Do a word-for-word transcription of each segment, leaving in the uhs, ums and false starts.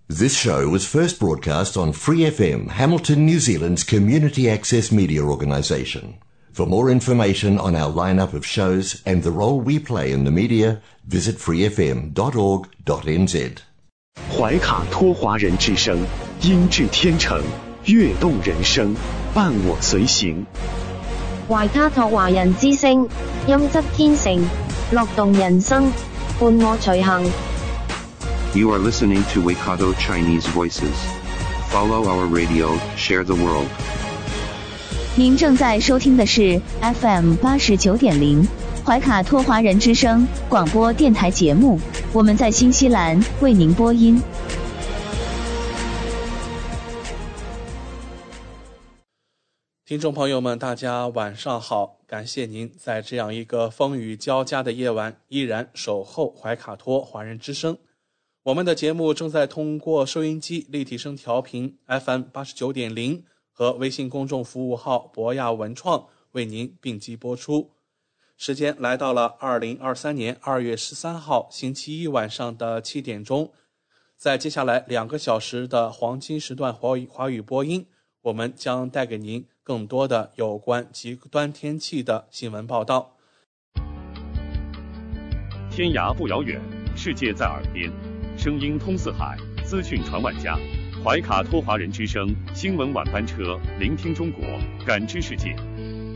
This show was first broadcast on Free F M, Hamilton, New Zealand's community access media organisation. For more information on our lineup of shows and the role we play in the media, visit free f m dot org dot n z. 怀卡托华人之声，音质天成，悦动人生，伴我随行。 懷卡托華人之聲，音質天成，樂動人生，伴我隨行。 You are listening to Waikato Chinese Voices. Follow our radio, share the world. 您正在收听的是 F M 八十九点零怀卡托华人之声广播电台节目，我们在新西兰为您播音。 听众朋友们，大家晚上好！感谢您在这样一个风雨交加的夜晚，依然守候怀卡托华人之声。我们的节目正在通过收音机立体声调频 F M 八十九点零 和微信公众服务号博亚文创为您并机播出。时间来到了二零二三年二月十三号星期一晚上的七点钟。在接下来两个小时的黄金时段华语华语播音，我们将带给您更多的有关极端天气的新闻报道。 天涯不遥远，世界在耳边，声音通四海，资讯传万家。怀卡托华人之声新闻晚班车，聆听中国，感知世界。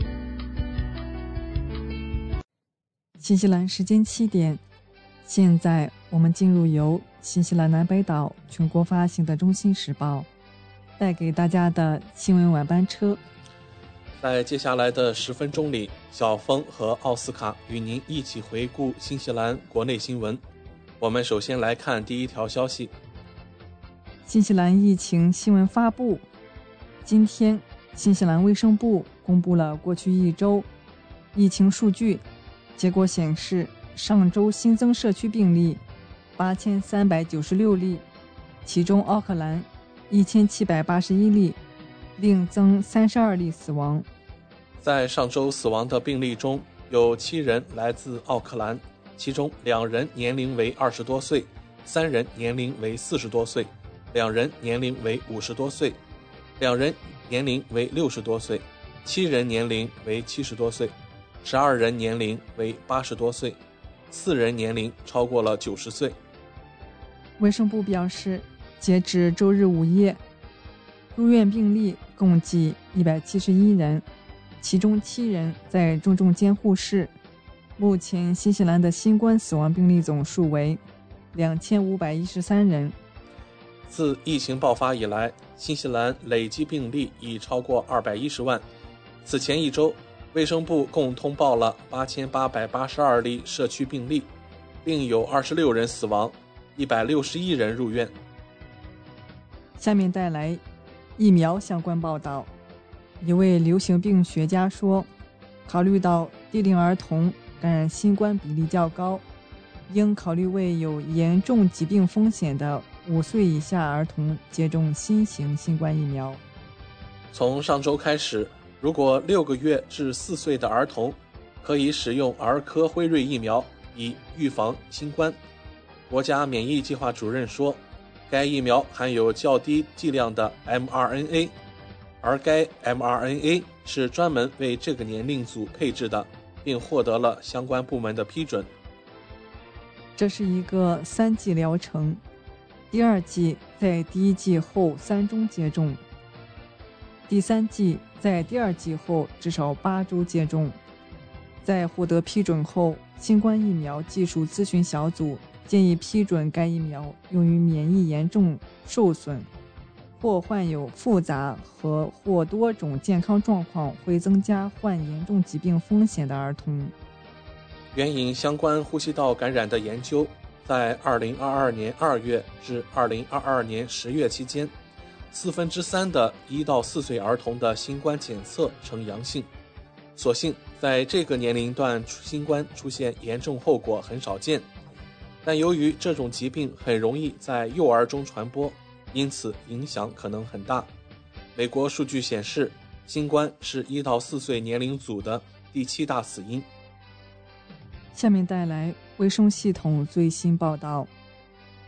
新西兰时间七点，现在我们进入由新西兰南北岛全国发行的《中新时报》带给大家的新闻晚班车。 在接下来的十分钟里，小峰和奥斯卡与您一起回顾新西兰国内新闻。我们首先来看第一条消息。 新西兰疫情新闻发布。今天，新西兰卫生部公布了过去一周疫情数据，结果显示，上周新增社区病例八千三百九十六例，其中奥克兰一千七百八十一例，另增三十二例死亡。 在上周死亡的病例中，有七人来自奥克兰，其中两人年龄为二十多岁，三人年龄为四十多岁，两人年龄为五十多岁，两人年龄为六十多岁，七人年龄为七十多岁，十二人年龄为八十多岁，四人年龄超过了九十岁。 卫生部表示，截至周日午夜，入院病例共计一百七十一人，其中七人在重症监护室。目前新西兰的新冠死亡病例总数为两千五百一十三人。 自疫情爆发以来，新西兰累计病例已超过二百一十万。此前一周，卫生部共通报了八千八百八十二例社区病例，并有二十六人死亡，一百六十一人入院。 下面带来疫苗相关报道。一位流行病学家说，考虑到低龄儿童感染新冠比例较高，应考虑为有严重疾病风险的五岁以下儿童接种新型新冠疫苗。 从上周开始，如果六个月至四岁的儿童可以使用儿科辉瑞疫苗以预防新冠。国家免疫计划主任说，该疫苗含有较低剂量的 M R N A， 而该 M R N A 是专门为这个年龄组配置的，并获得了相关部门的批准。 这是一个三剂疗程，第二剂在第一剂后三周接种，第三剂在第二剂后至少八周接种。在获得批准后，新冠疫苗技术咨询小组建议批准该疫苗用于免疫严重受损或患有复杂和或多种健康状况会增加患严重疾病风险的儿童。 援引相关呼吸道感染的研究，在二零二二年二月至二零二二年十月期间，四分之三的一到四岁儿童的新冠检测呈阳性。所幸在这个年龄段新冠出现严重后果很少见，但由于这种疾病很容易在幼儿中传播，因此影响可能很大。美国数据显示，新冠是一到四岁年龄组的第七大死因。 下面带来卫生系统最新报道。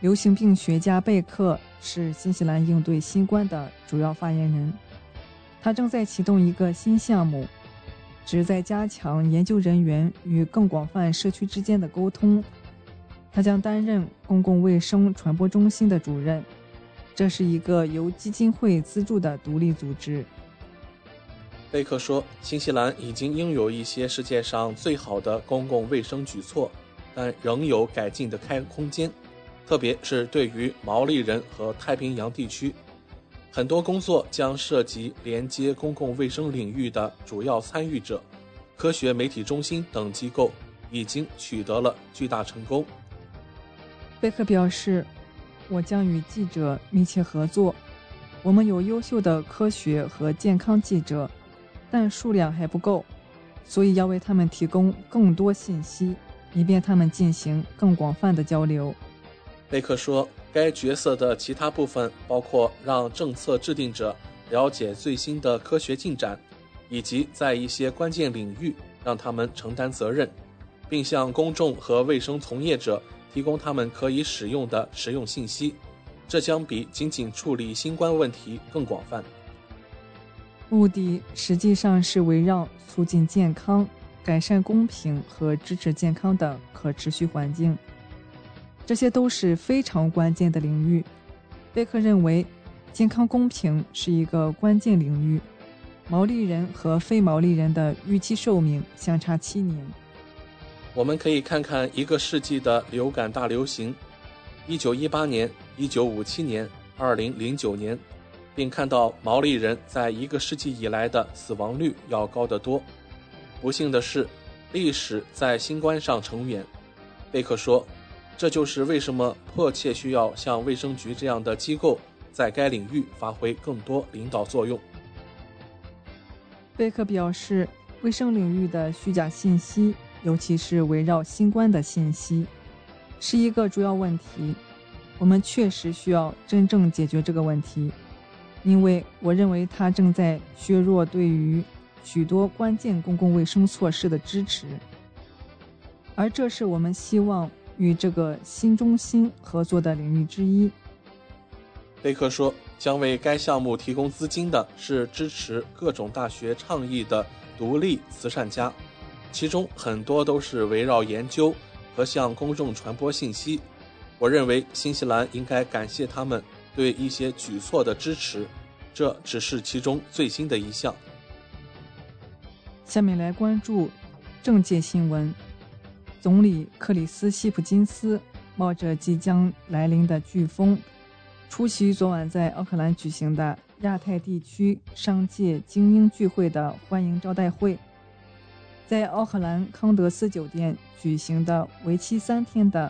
流行病学家贝克是新西兰应对新冠的主要发言人，他正在启动一个新项目，旨在加强研究人员与更广泛社区之间的沟通。他将担任公共卫生传播中心的主任，这是一个由基金会资助的独立组织。 贝克说，新西兰已经拥有一些世界上最好的公共卫生举措，但仍有改进的开空间，特别是对于毛利人和太平洋地区。很多工作将涉及连接公共卫生领域的主要参与者，科学媒体中心等机构已经取得了巨大成功。 贝克表示，我将与记者密切合作，我们有优秀的科学和健康记者，但数量还不够，所以要为他们提供更多信息，以便他们进行更广泛的交流。 贝克说，该角色的其他部分包括让政策制定者了解最新的科学进展，以及在一些关键领域让他们承担责任，并向公众和卫生从业者提供他们可以使用的实用信息，这将比仅仅处理新冠问题更广泛。 目的实际上是围绕促进健康、改善公平和支持健康的可持续环境，这些都是非常关键的领域。贝克认为，健康公平是一个关键领域。毛利人和非毛利人的预期寿命相差七年。 我们可以看看一个世纪的流感大流行，一九一八年、一九五七年、二零零九年，并看到毛利人在一个世纪以来的死亡率要高得多。不幸的是，历史在新冠上成远。贝克说，这就是为什么迫切需要像卫生局这样的机构在该领域发挥更多领导作用。 贝克表示，卫生领域的虚假信息，尤其是围绕新冠的信息，是一个主要问题。我们确实需要真正解决这个问题，因为我认为它正在削弱对于许多关键公共卫生措施的支持，而这是我们希望与这个新中心合作的领域之一。 贝克说，将为该项目提供资金的是支持各种大学倡议的独立慈善家，其中很多都是围绕研究和向公众传播信息。我认为新西兰应该感谢他们对一些举措的支持，这只是其中最新的一项。 下面来关注政界新闻。总理克里斯·希普金斯冒着即将来临的飓风，出席昨晚在奥克兰举行的亚太地区商界精英聚会的欢迎招待会。在奥克兰康德斯酒店举行的为期三天的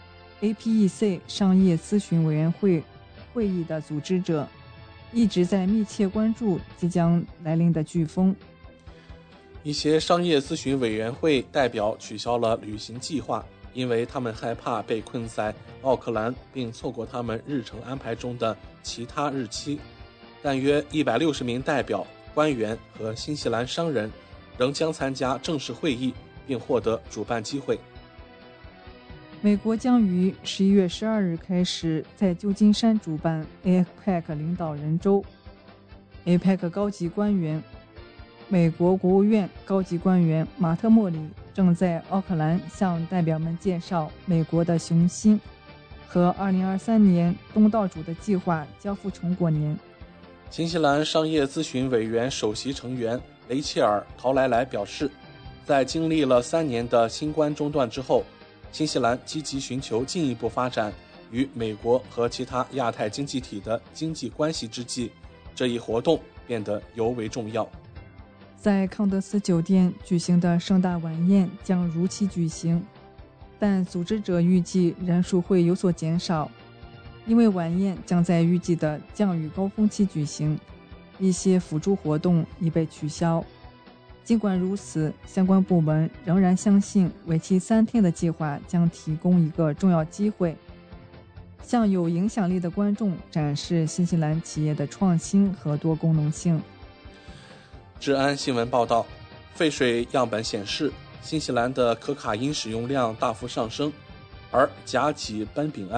A P E C 商业咨询委员会会议的组织者一直在密切关注即将来临的飓风。 一些商业咨询委员会代表取消了旅行计划，因为他们害怕被困在奥克兰并错过他们日程安排中的其他日期。但约一百六十名代表、官员和新西兰商人仍将参加正式会议并获得主办机会。 美国将于十一月十二日开始在旧金山主办 A P E C 领导人周。A P E C 高级官员、美国国务院高级官员马特·莫里正在奥克兰向代表们介绍美国的雄心和二零二三年东道主的计划交付成果年。 新西兰商业咨询委员首席成员雷切尔·陶莱莱表示，在经历了三年的新冠中断之后，新西兰积极寻求进一步发展与美国和其他亚太经济体的经济关系之际，这一活动变得尤为重要。 在康德斯酒店举行的盛大晚宴将如期举行，但组织者预计人数会有所减少，因为晚宴将在预计的降雨高峰期举行，一些辅助活动已被取消。尽管如此，相关部门仍然相信为期三天的计划将提供一个重要机会，向有影响力的观众展示新西兰企业的创新和多功能性。 治安新闻报道，废水样本显示，新西兰的可卡因使用量大幅上升，而甲己苯丙胺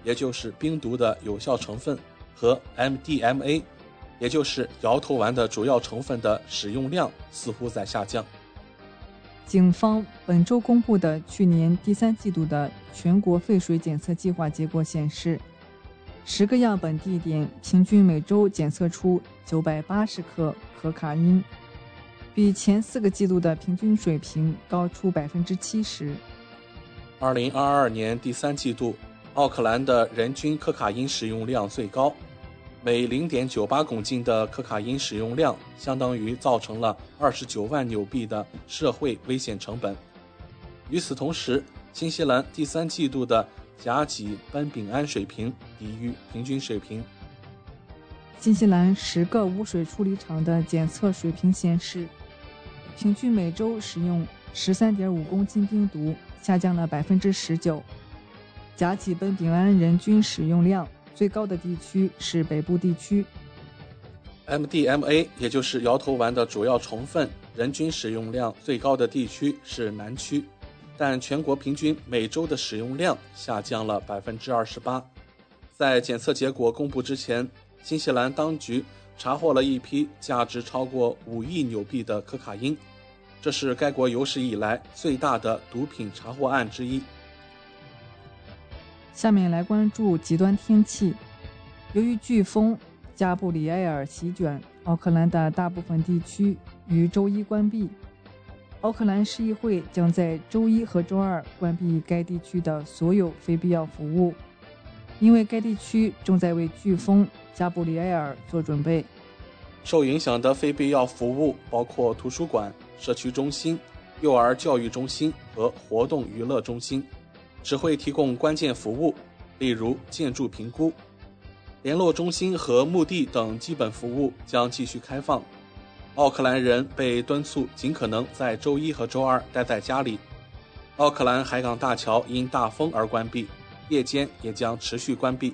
也就是冰毒的有效成分，和 M D M A， 也就是摇头丸的主要成分的使用量似乎在下降。 警方本周公布的去年第三季度的全国废水检测计划结果显示，十个样本地点平均每周检测出九百八十克可卡因，比前四个季度的平均水平高出百分之七十。 二零二二年第三季度，奥克兰的人均可卡因使用量最高，每 零点九八公斤的可卡因使用量相当于造成了二十九万纽币的社会危险成本。与此同时，新西兰第三季度的甲己苯丙胺水平低于平均水平。 新西兰十个污水处理厂的检测水平显示，平均每周使用 十三点五公斤冰毒，下降了 百分之十九。 甲己苯丙胺人均使用量最高的地区是北部地区。 M D M A 也就是摇头丸的主要成分，人均使用量最高的地区是南区，但全国平均每周的使用量下降了 百分之二十八。 在检测结果公布之前，新西兰当局查获了一批价值超过五亿纽币的可卡因，这是该国有史以来最大的毒品查获案之一。 下面来关注极端天气。由于飓风加布里埃尔席卷，奥克兰的大部分地区于周一关闭。奥克兰市议会将在周一和周二关闭该地区的所有非必要服务，因为该地区正在为飓风加布里埃尔做准备。 受影响的非必要服务包括图书馆、社区中心、幼儿教育中心和活动娱乐中心，只会提供关键服务，例如建筑评估。联络中心和墓地等基本服务将继续开放。奥克兰人被敦促尽可能在周一和周二待在家里。奥克兰海港大桥因大风而关闭，夜间也将持续关闭。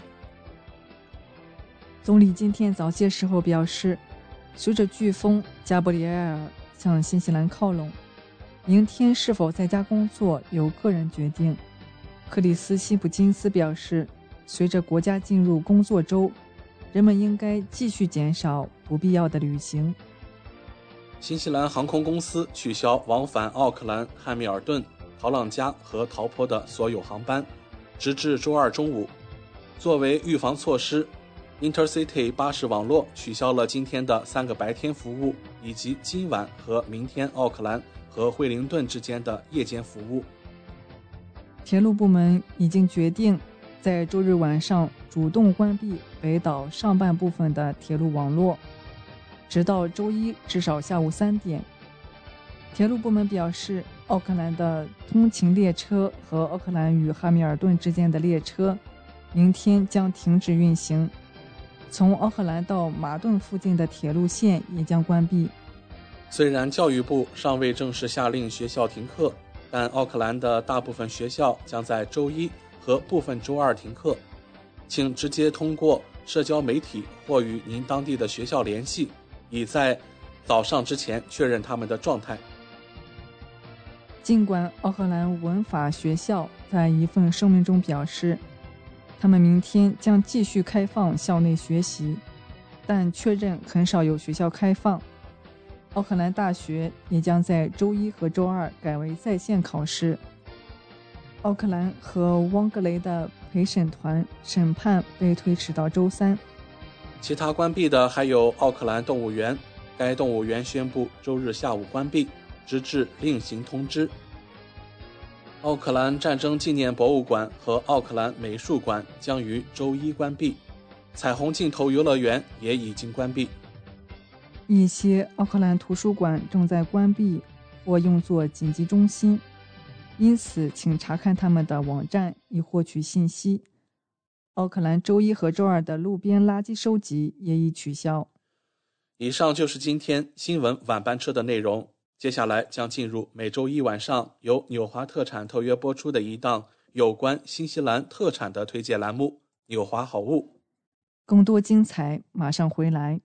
总理今天早些时候表示，随着飓风加布里埃尔向新西兰靠拢，明天是否在家工作由个人决定。克里斯希普金斯表示，随着国家进入工作周，人们应该继续减少不必要的旅行。 新西兰航空公司取消往返奥克兰、汉密尔顿、陶朗加和陶坡的所有航班，直至周二中午。作为预防措施， Intercity 巴士网络取消了今天的三个白天服务，以及今晚和明天奥克兰和惠灵顿之间的夜间服务。 铁路部门已经决定在周日晚上主动关闭北岛上半部分的铁路网络，直到周一至少下午三点。铁路部门表示，奥克兰的通勤列车和奥克兰与汉密尔顿之间的列车明天将停止运行，从奥克兰到马顿附近的铁路线也将关闭。 虽然教育部尚未正式下令学校停课，但奥克兰的大部分学校将在周一和部分周二停课，请直接通过社交媒体或与您当地的学校联系，以在早上之前确认他们的状态。 尽管奥克兰文法学校在一份声明中表示，他们明天将继续开放校内学习，但确认很少有学校开放。奥克兰大学也将在周一和周二改为在线考试。奥克兰和汪格雷的陪审团审判被推迟到周三。 其他关闭的还有奥克兰动物园，该动物园宣布周日下午关闭，直至另行通知。奥克兰战争纪念博物馆和奥克兰美术馆将于周一关闭，彩虹尽头游乐园也已经关闭。 一些奥克兰图书馆正在关闭或用作紧急中心，因此请查看他们的网站以获取信息。奥克兰周一和周二的路边垃圾收集也已取消。 以上就是今天新闻晚班车的内容，接下来将进入每周一晚上由纽华特产特约播出的一档有关新西兰特产的推荐栏目《纽华好物》。 更多精彩马上回来。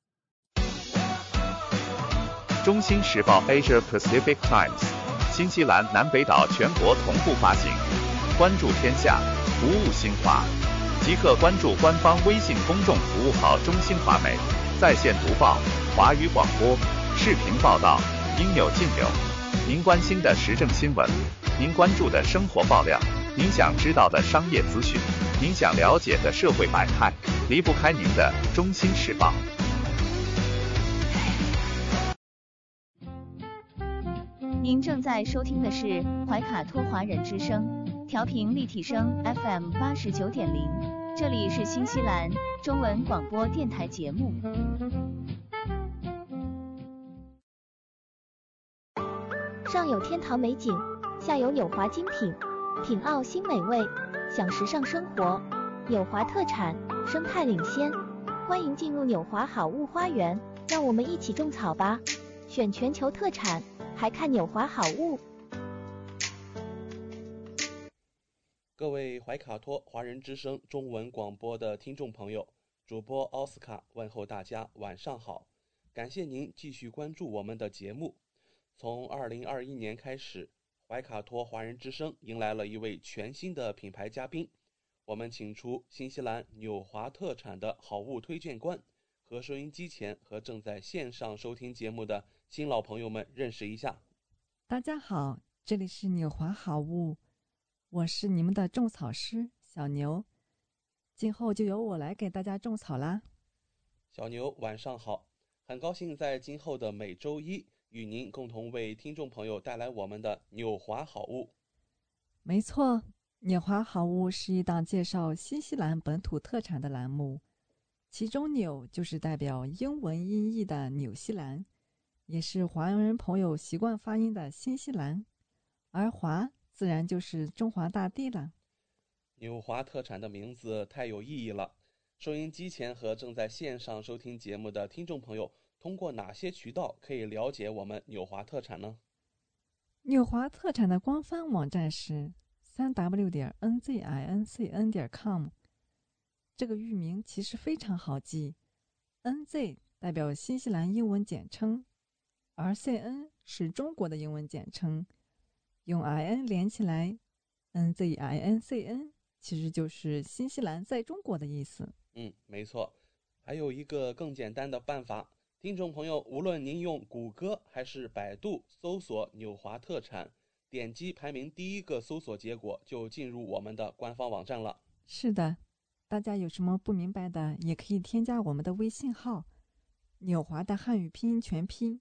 中新时报 Asia Pacific Times， 新西兰南北岛全国同步发行，关注天下，服务新华。 即刻关注官方微信公众服务号中新华媒，在线读报、华语广播、视频报道，应有尽有。您关心的时政新闻，您关注的生活爆料，您想知道的商业资讯，您想了解的社会百态，离不开您的中新时报。 您正在收听的是怀卡托华人之声，调频立体声 F M 八十九点零，这里是新西兰中文广播电台节目。 上有天堂美景，下有纽华精品，品澳新美味，享时尚生活。纽华特产，生态领先，欢迎进入纽华好物花园，让我们一起种草吧！选全球特产，还看纽华好物。 各位怀卡托华人之声中文广播的听众朋友，主播奥斯卡问候大家晚上好，感谢您继续关注我们的节目。从二零二一年开始，怀卡托华人之声迎来了一位全新的品牌嘉宾，我们请出新西兰纽华特产的好物推荐官，和收音机前和正在线上收听节目的新老朋友们认识一下。 大家好，这里是纽华好物，我是你们的种草师小牛，今后就由我来给大家种草啦。 小牛晚上好，很高兴在今后的每周一与您共同为听众朋友带来我们的纽华好物。 没错，纽华好物是一档介绍新西兰本土特产的栏目，其中纽就是代表英文音译的纽西兰，也是华人朋友习惯发音的新西兰，而华自然就是中华大地了。 纽华特产的名字太有意义了，收音机前和正在线上收听节目的听众朋友通过哪些渠道可以了解我们纽华特产呢？ 纽华特产的官方网站是 三 w 点 n z i n c n 点 com， 这个域名其实非常好记， N Z 代表新西兰英文简称，而 C N 是中国的英文简称，用 I N 连起来 N Z I N C N 其实就是新西兰在中国的意思。 嗯，没错。还有一个更简单的办法，听众朋友，无论您用谷歌还是百度搜索纽华特产，点击排名第一个搜索结果就进入我们的官方网站了。 是的，大家有什么不明白的也可以添加我们的微信号，纽华的汉语拼音全拼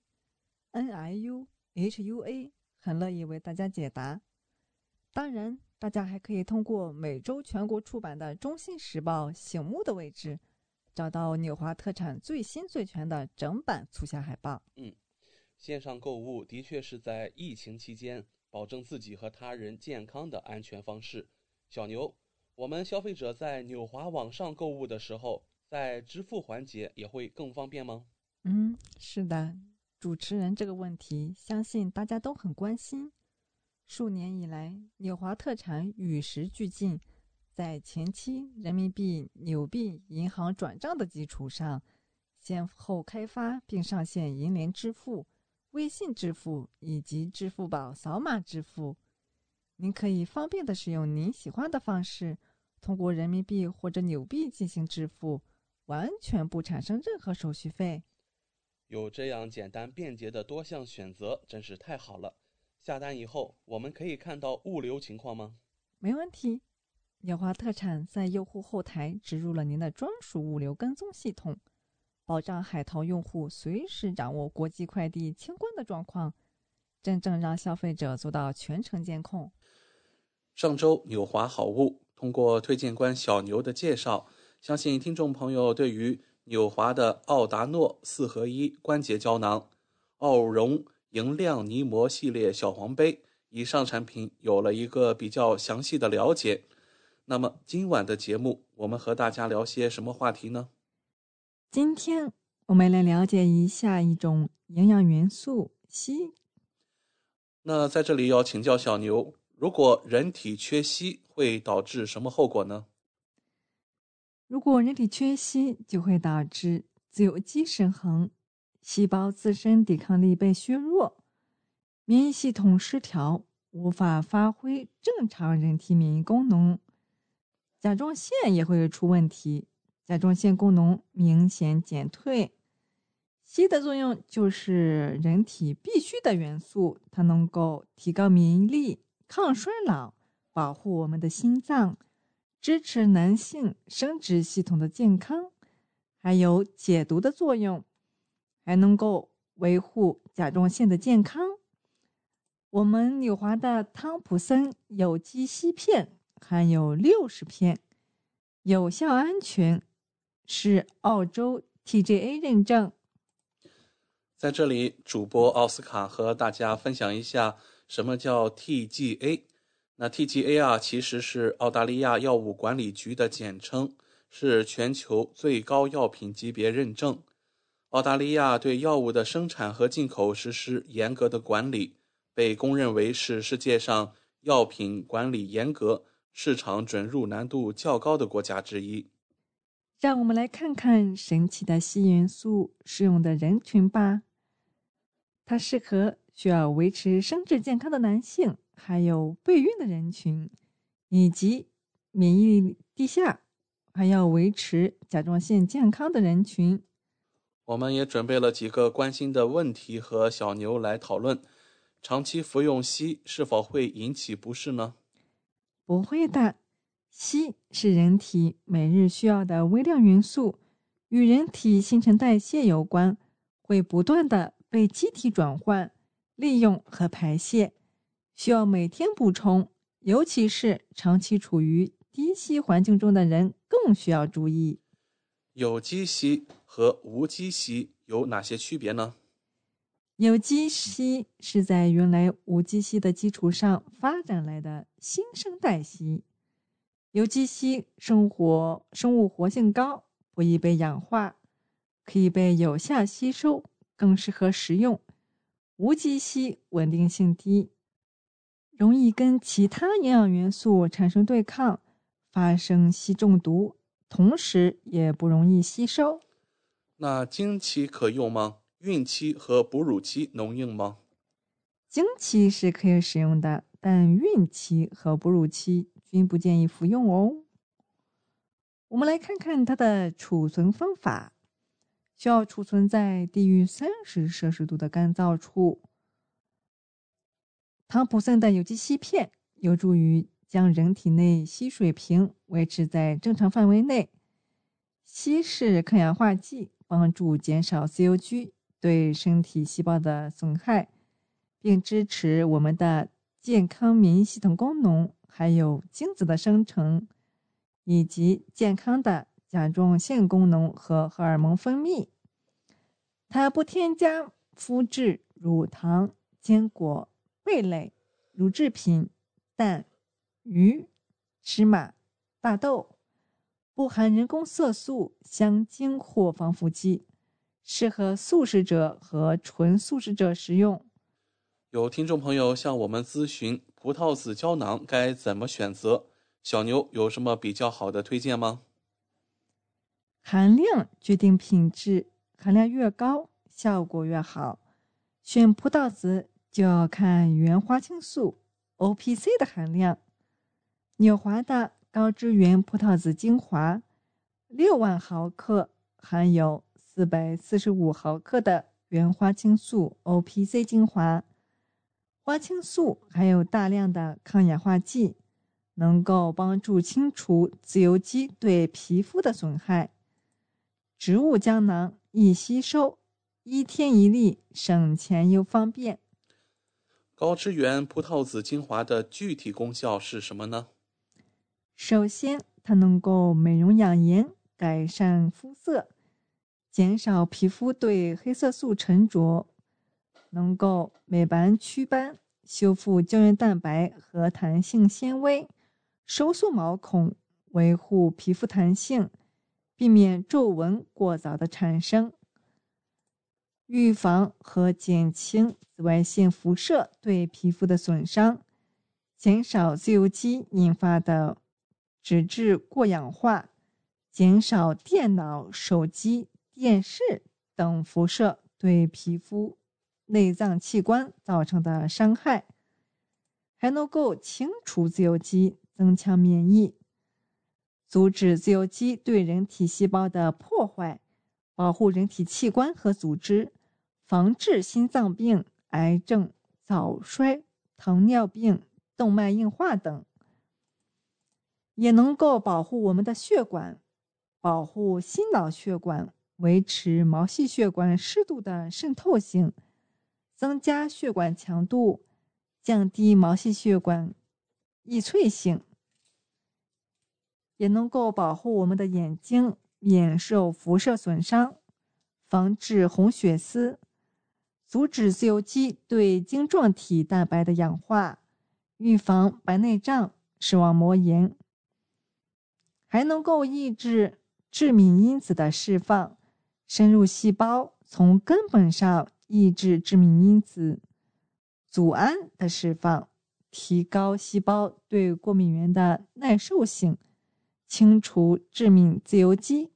N I U H U A， 很乐意为大家解答。当然大家还可以通过每周全国出版的中新时报醒目的位置找到纽华特产最新最全的整版促销海报。 嗯，线上购物的确是在疫情期间保证自己和他人健康的安全方式。小牛，我们消费者在纽华网上购物的时候，在支付环节也会更方便吗？ 嗯，是的，主持人这个问题相信大家都很关心。数年以来，纽华特产与时俱进，在前期人民币、纽币银行转账的基础上，先后开发并上线银联支付、微信支付以及支付宝扫码支付。您可以方便地使用您喜欢的方式，通过人民币或者纽币进行支付，完全不产生任何手续费。 有这样简单便捷的多项选择，真是太好了。下单以后，我们可以看到物流情况吗？ 没问题。纽华特产在用户后台植入了您的专属物流跟踪系统，保障海淘用户随时掌握国际快递清关的状况，真正让消费者做到全程监控。 上周纽华好物通过推荐官小牛的介绍，相信听众朋友对于纽华的奥达诺四合一关节胶囊、奥绒莹亮泥膜系列小黄杯以上产品有了一个比较详细的了解。那么今晚的节目我们和大家聊些什么话题呢？ 今天我们来了解一下一种营养元素硒。 那在这里要请教小牛，如果人体缺硒会导致什么后果呢？ 如果人体缺硒，就会导致自由基失衡，细胞自身抵抗力被削弱，免疫系统失调，无法发挥正常人体免疫功能， 甲状腺也会出问题，甲状腺功能明显减退。硒的作用就是人体必须的元素，它能够提高免疫力、抗衰老、保护我们的心脏，支持男性生殖系统的健康，还有解毒的作用，还能够维护甲状腺的健康。我们纽华的汤普森有机硒片含有六十片，有效安全，是澳洲 T G A 认证。 在这里，主播奥斯卡和大家分享一下什么叫 T G A。 那 T G A 啊，其实是澳大利亚药物管理局的简称，是全球最高药品级别认证。澳大利亚对药物的生产和进口实施严格的管理，被公认为是世界上药品管理严格、市场准入难度较高的国家之一。 让我们来看看神奇的硒元素适用的人群吧。它适合需要维持生殖健康的男性，还有备孕的人群，以及免疫力低下，还要维持甲状腺健康的人群。 我们也准备了几个关心的问题和小牛来讨论。长期服用硒是否会引起不适呢？ 不会的，硒是人体每日需要的微量元素，与人体新陈代谢有关，会不断的被机体转换、利用和排泄，需要每天补充，尤其是长期处于低硒环境中的人更需要注意。 有机硒和无机硒有哪些区别呢？ 有机硒是在原来无机硒的基础上发展来的新生代硒。有机硒生活生物活性高，不易被氧化，可以被有效吸收，更适合食用。无机硒稳定性低，容易跟其他营养元素产生对抗，发生硒中毒，同时也不容易吸收。 那经期可用吗？孕期和哺乳期能用吗？ 经期是可以使用的，但孕期和哺乳期均不建议服用哦。我们来看看它的储存方法，需要储存在低于三十摄氏度的干燥处。汤普森的有机硒片有助于将人体内硒水平维持在正常范围内。硒是抗氧化剂，帮助减少自由基对身体细胞的损害，并支持我们的健康免疫系统功能，还有精子的生成，以及健康的甲状腺功能和荷尔蒙分泌。它不添加麸质、乳糖、坚果、贝类、乳制品、蛋、鱼、芝麻、大豆，不含人工色素、香精或防腐剂，适合素食者和纯素食者食用。 有听众朋友向我们咨询葡萄籽胶囊该怎么选择，小牛有什么比较好的推荐吗？ 含量决定品质，含量越高，效果越好。选葡萄籽就要看原花青素 O P C 的含量。纽华的高支原葡萄籽精华六万毫克含有四百四十五毫克的原花青素 O P C 精华。花青素含有大量的抗氧化剂，能够帮助清除自由基对皮肤的损害。植物胶囊易吸收，一天一粒，省钱又方便。 高支原葡萄籽精华的具体功效是什么呢？ 首先，它能够美容养颜，改善肤色，减少皮肤对黑色素沉着，能够美白祛斑，修复胶原蛋白和弹性纤维，收缩毛孔，维护皮肤弹性，避免皱纹过早的产生，预防和减轻紫外线辐射对皮肤的损伤，减少自由基引发的脂质过氧化，减少电脑、手机、电视等辐射对皮肤、内脏器官造成的伤害，还能够清除自由基，增强免疫。 阻止自由基对人体细胞的破坏，保护人体器官和组织，防治心脏病、癌症、早衰、糖尿病、动脉硬化等。也能够保护我们的血管，保护心脑血管，维持毛细血管适度的渗透性，增加血管强度，降低毛细血管易脆性，也能够保护我们的眼睛免受辐射损伤，防治红血丝，阻止自由基对晶状体蛋白的氧化，预防白内障、视网膜炎，还能够抑制致敏因子的释放，深入细胞，从根本上抑制致敏因子组胺的释放，提高细胞对过敏原的耐受性，清除致敏自由基。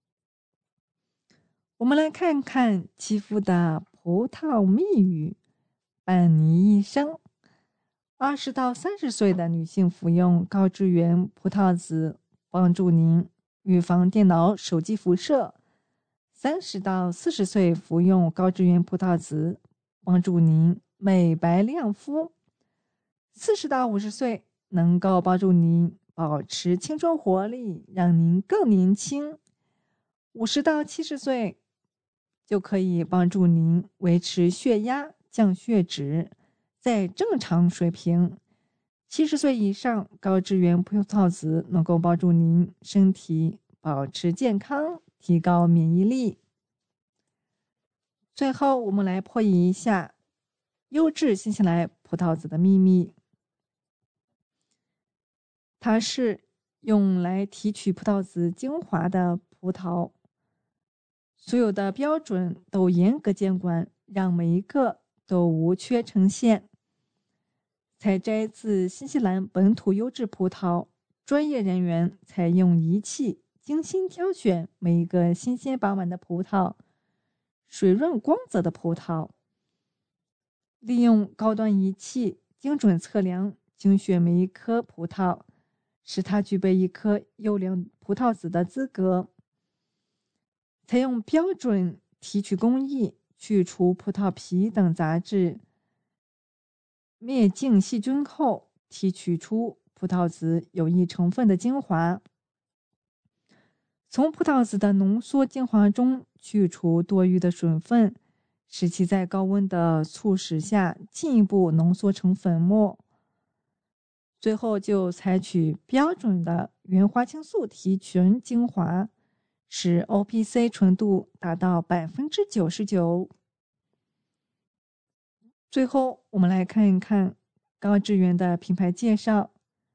我们来看看肌肤的葡萄蜜语，伴你一生。二十到三十岁的女性服用高支原葡萄籽，帮助您预防电脑、手机辐射；三十到四十岁服用高支原葡萄籽，帮助您美白亮肤；四十到五十岁能够帮助您保持青春活力，让您更年轻；五十到七十岁就可以帮助您维持血压、降血脂在正常水平。七十岁以上，高支原葡萄籽能够帮助您身体保持健康，提高免疫力。最后，我们来破译一下优质新西兰葡萄籽的秘密。它是用来提取葡萄籽精华的葡萄，所有的标准都严格监管，让每一个都无缺呈现。采摘自新西兰本土优质葡萄，专业人员采用仪器精心挑选每一个新鲜饱满的葡萄，水润光泽的葡萄，利用高端仪器精准测量精选每一颗葡萄，使它具备一颗优良葡萄籽的资格。采用标准提取工艺，去除葡萄皮等杂质，灭净细菌后，提取出葡萄籽有益成分的精华。从葡萄籽的浓缩精华中去除多余的水分，使其在高温的促使下进一步浓缩成粉末。最后就采取标准的原花青素提纯精华，使 O P C 纯度达到 百分之九十九。最后我们来看一看高支原的品牌介绍。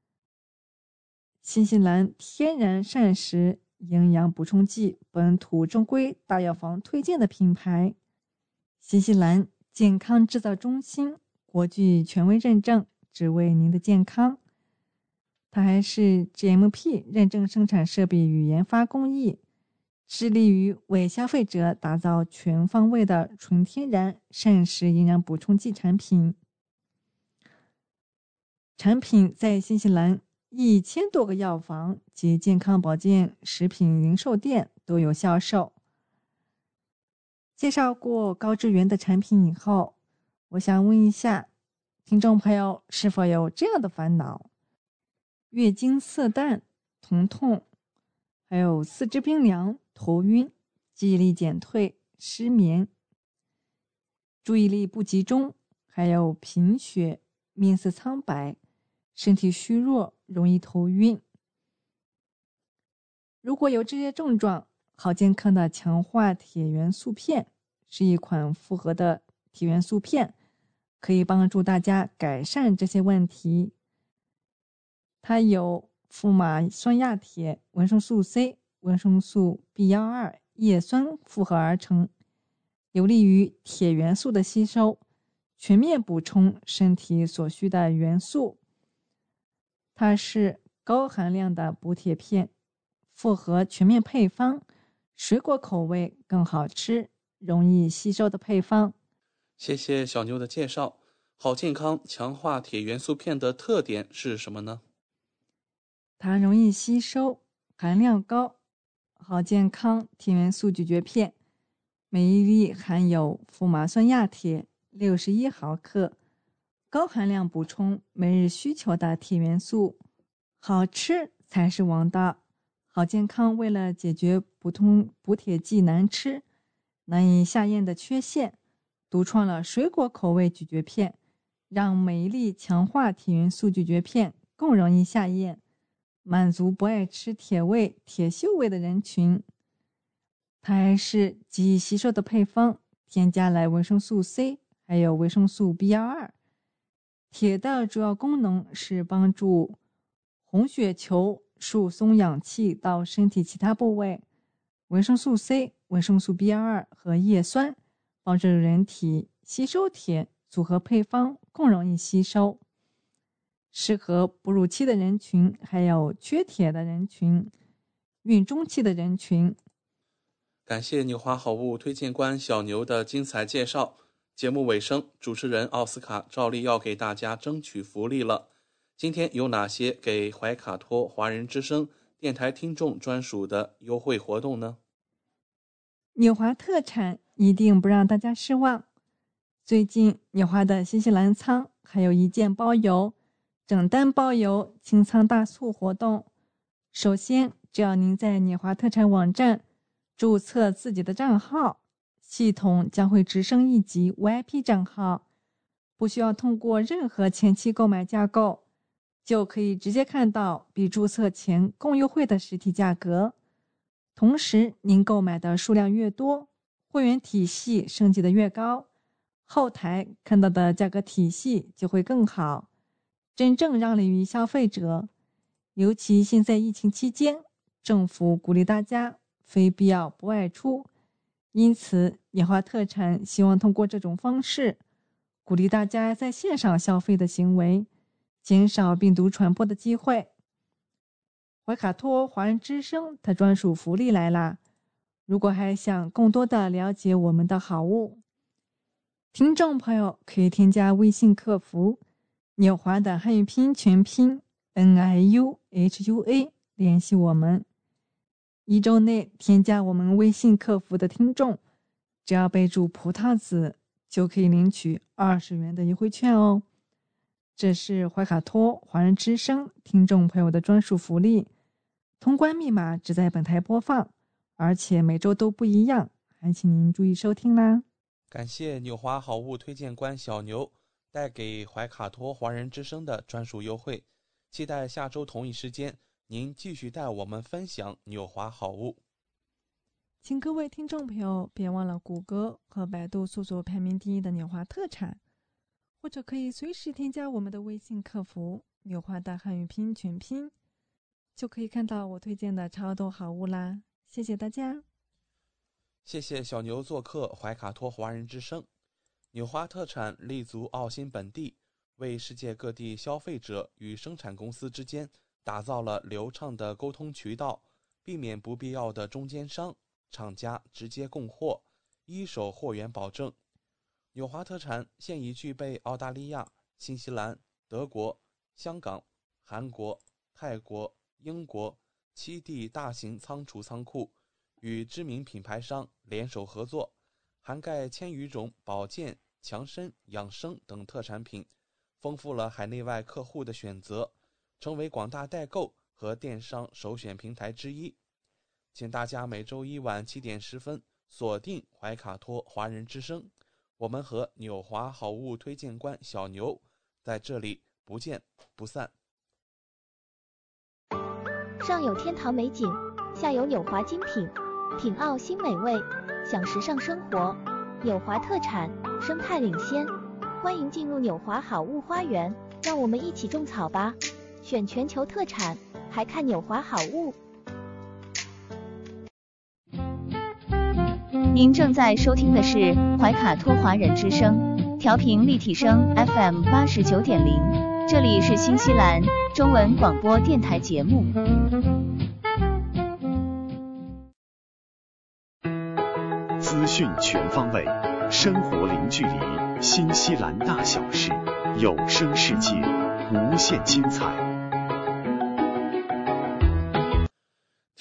新西兰天然膳食营养补充剂，本土正规大药房推荐的品牌，新西兰健康制造中心国际权威认证，只为您的健康。它还是 G M P 认证生产设备与研发工艺，致力于为消费者打造全方位的纯天然膳食营养补充剂产品。产品在新西兰一千多个药房及健康保健食品零售店都有销售。介绍过高支原的产品以后，我想问一下听众朋友，是否有这样的烦恼：月经色淡、疼痛，还有四肢冰凉、头晕、记忆力减退、失眠、注意力不集中，还有贫血、面色苍白、身体虚弱、容易头晕。如果有这些症状，好健康的强化铁元素片是一款复合的铁元素片，可以帮助大家改善这些问题。它有富马酸亚铁、维生素 C、维生素 B 十二、叶酸复合而成，有利于铁元素的吸收，全面补充身体所需的元素。它是高含量的补铁片，复合全面配方，水果口味更好吃，容易吸收的配方。 谢谢小妞的介绍。好健康强化铁元素片的特点是什么呢？ 它容易吸收， 含量高，好健康铁元素咀嚼片，每一粒含有富马酸亚铁六十一毫克，高含量补充每日需求的铁元素。好吃才是王道，好健康为了解决补充补铁剂难吃、难以下咽的缺陷，独创了水果口味咀嚼片，让每一粒强化铁元素咀嚼片更容易下咽，满足不爱吃铁味、铁锈味的人群。它还是极易吸收的配方，添加了维生素 C 还有维生素 B 二十二。 铁的主要功能是帮助红血球输送氧气到身体其他部位，维生素 C、维生素 B 二十二 和叶酸帮助人体吸收铁，组合配方更容易吸收，适合哺乳期的人群，还有缺铁的人群、孕中期的人群。 感谢纽华好物推荐官小牛的精彩介绍。节目尾声，主持人奥斯卡照例要给大家争取福利了。今天有哪些给怀卡托华人之声电台听众专属的优惠活动呢？ 纽华特产一定不让大家失望。最近纽华的新西兰仓还有一件包邮、整单包邮清仓大促活动。首先，只要您在纽华特产网站注册自己的账号，系统将会直升一级 V I P 账号，不需要通过任何前期购买架构，就可以直接看到比注册前更优惠的实体价格。同时，您购买的数量越多，会员体系升级的越高，后台看到的价格体系就会更好，真正让利于消费者。尤其现在疫情期间，政府鼓励大家非必要不外出，因此纽华特产希望通过这种方式鼓励大家在线上消费的行为，减少病毒传播的机会。怀卡托华人之声它专属福利来啦！如果还想更多的了解我们的好物，听众朋友可以添加微信客服纽华的汉语拼音全拼 N I U H U A 联系我们。一周内添加我们微信客服的听众，只要备注葡萄籽，就可以领取二十元的优惠券哦。这是怀卡托华人之声听众朋友的专属福利，通关密码只在本台播放，而且每周都不一样，还请您注意收听啦。 感谢纽华好物推荐官小牛带给怀卡托华人之声的专属优惠，期待下周同一时间您继续带我们分享纽华好物。 请各位听众朋友别忘了谷歌和百度搜索排名第一的纽华特产，或者可以随时添加我们的微信客服纽华的汉语拼音全拼，就可以看到我推荐的超多好物啦。谢谢大家。 谢谢小牛做客怀卡托华人之声。纽华特产立足澳新本地，为世界各地消费者与生产公司之间打造了流畅的沟通渠道，避免不必要的中间商，厂家直接供货，一手货源保证。纽华特产现已具备澳大利亚、新西兰、德国、香港、韩国、泰国、英国七地大型仓储仓库，与知名品牌商联手合作，涵盖千余种保健、强身、养生等特产品，丰富了海内外客户的选择，成为广大代购和电商首选平台之一。请大家每周一晚七点十分锁定怀卡托华人之声，我们和纽华好物推荐官小牛在这里不见不散。 上有天堂美景，下有纽华精品，品澳新美味，享时尚生活。纽华特产，生态领先，欢迎进入纽华好物花园，让我们一起种草吧！选全球特产，还看纽华好物。 您正在收听的是怀卡托华人之声，调频立体声 F M 八十九点零，这里是新西兰中文广播电台节目。 资讯全方位，生活零距离，新西兰大小事，有声世界，无限精彩。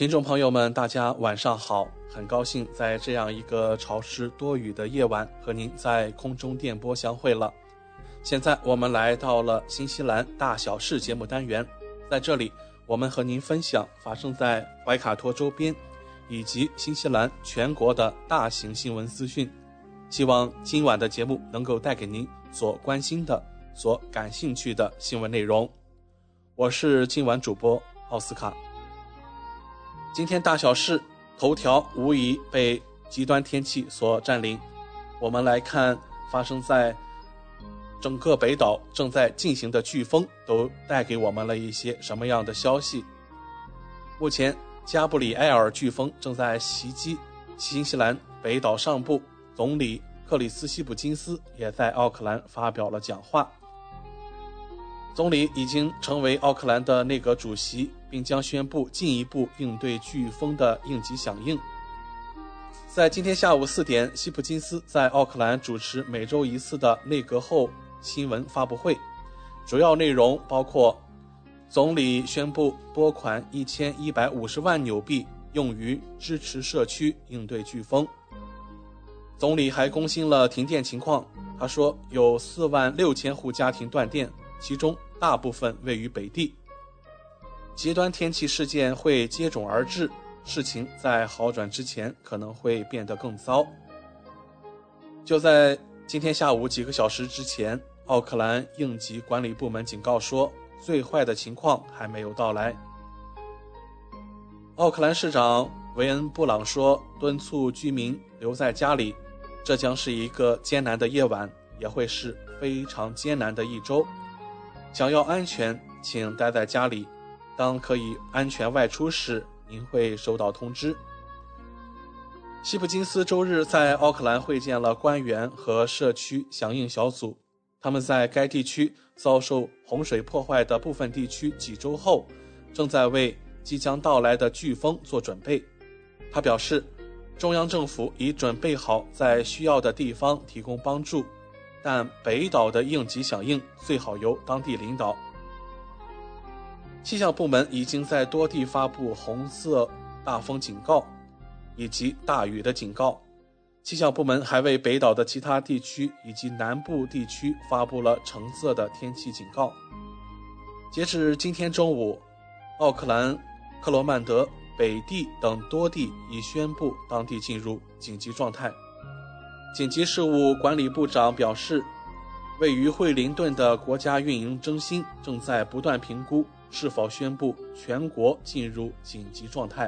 听众朋友们，大家晚上好，很高兴在这样一个潮湿多雨的夜晚和您在空中电波相会了。现在我们来到了新西兰大小事节目单元，在这里我们和您分享发生在怀卡托周边以及新西兰全国的大型新闻资讯，希望今晚的节目能够带给您所关心的、所感兴趣的新闻内容。我是今晚主播奥斯卡。今天大小事头条无疑被极端天气所占领，我们来看发生在整个北岛正在进行的飓风都带给我们了一些什么样的消息。目前加布里埃尔飓风正在袭击新西兰北岛上部，总理克里斯希普金斯也在奥克兰发表了讲话。总理已经成为奥克兰的内阁主席，并将宣布进一步应对飓风的应急响应。在今天下午四点，希普金斯在奥克兰主持每周一次的内阁后新闻发布会，主要内容包括总理宣布拨款一千一百五十万纽币用于支持社区应对飓风。总理还更新了停电情况，他说有四万六千户家庭断电，其中大部分位于北地。极端天气事件会接踵而至，事情在好转之前可能会变得更糟。就在今天下午几个小时之前，奥克兰应急管理部门警告说，最坏的情况还没有到来。奥克兰市长维恩布朗说，敦促居民留在家里，这将是一个艰难的夜晚，也会是非常艰难的一周。想要安全，请待在家里，当可以安全外出时，您会收到通知。希普金斯周日在奥克兰会见了官员和社区响应小组，他们在该地区遭受洪水破坏的部分地区几周后，正在为即将到来的飓风做准备。他表示，中央政府已准备好在需要的地方提供帮助，但北岛的应急响应最好由当地领导。气象部门已经在多地发布红色大风警告以及大雨的警告。气象部门还为北岛的其他地区以及南部地区发布了橙色的天气警告。截至今天中午，奥克兰、克罗曼德、北地等多地已宣布当地进入紧急状态。紧急事务管理部长表示，位于惠灵顿的国家运营中心正在不断评估是否宣布全国进入紧急状态。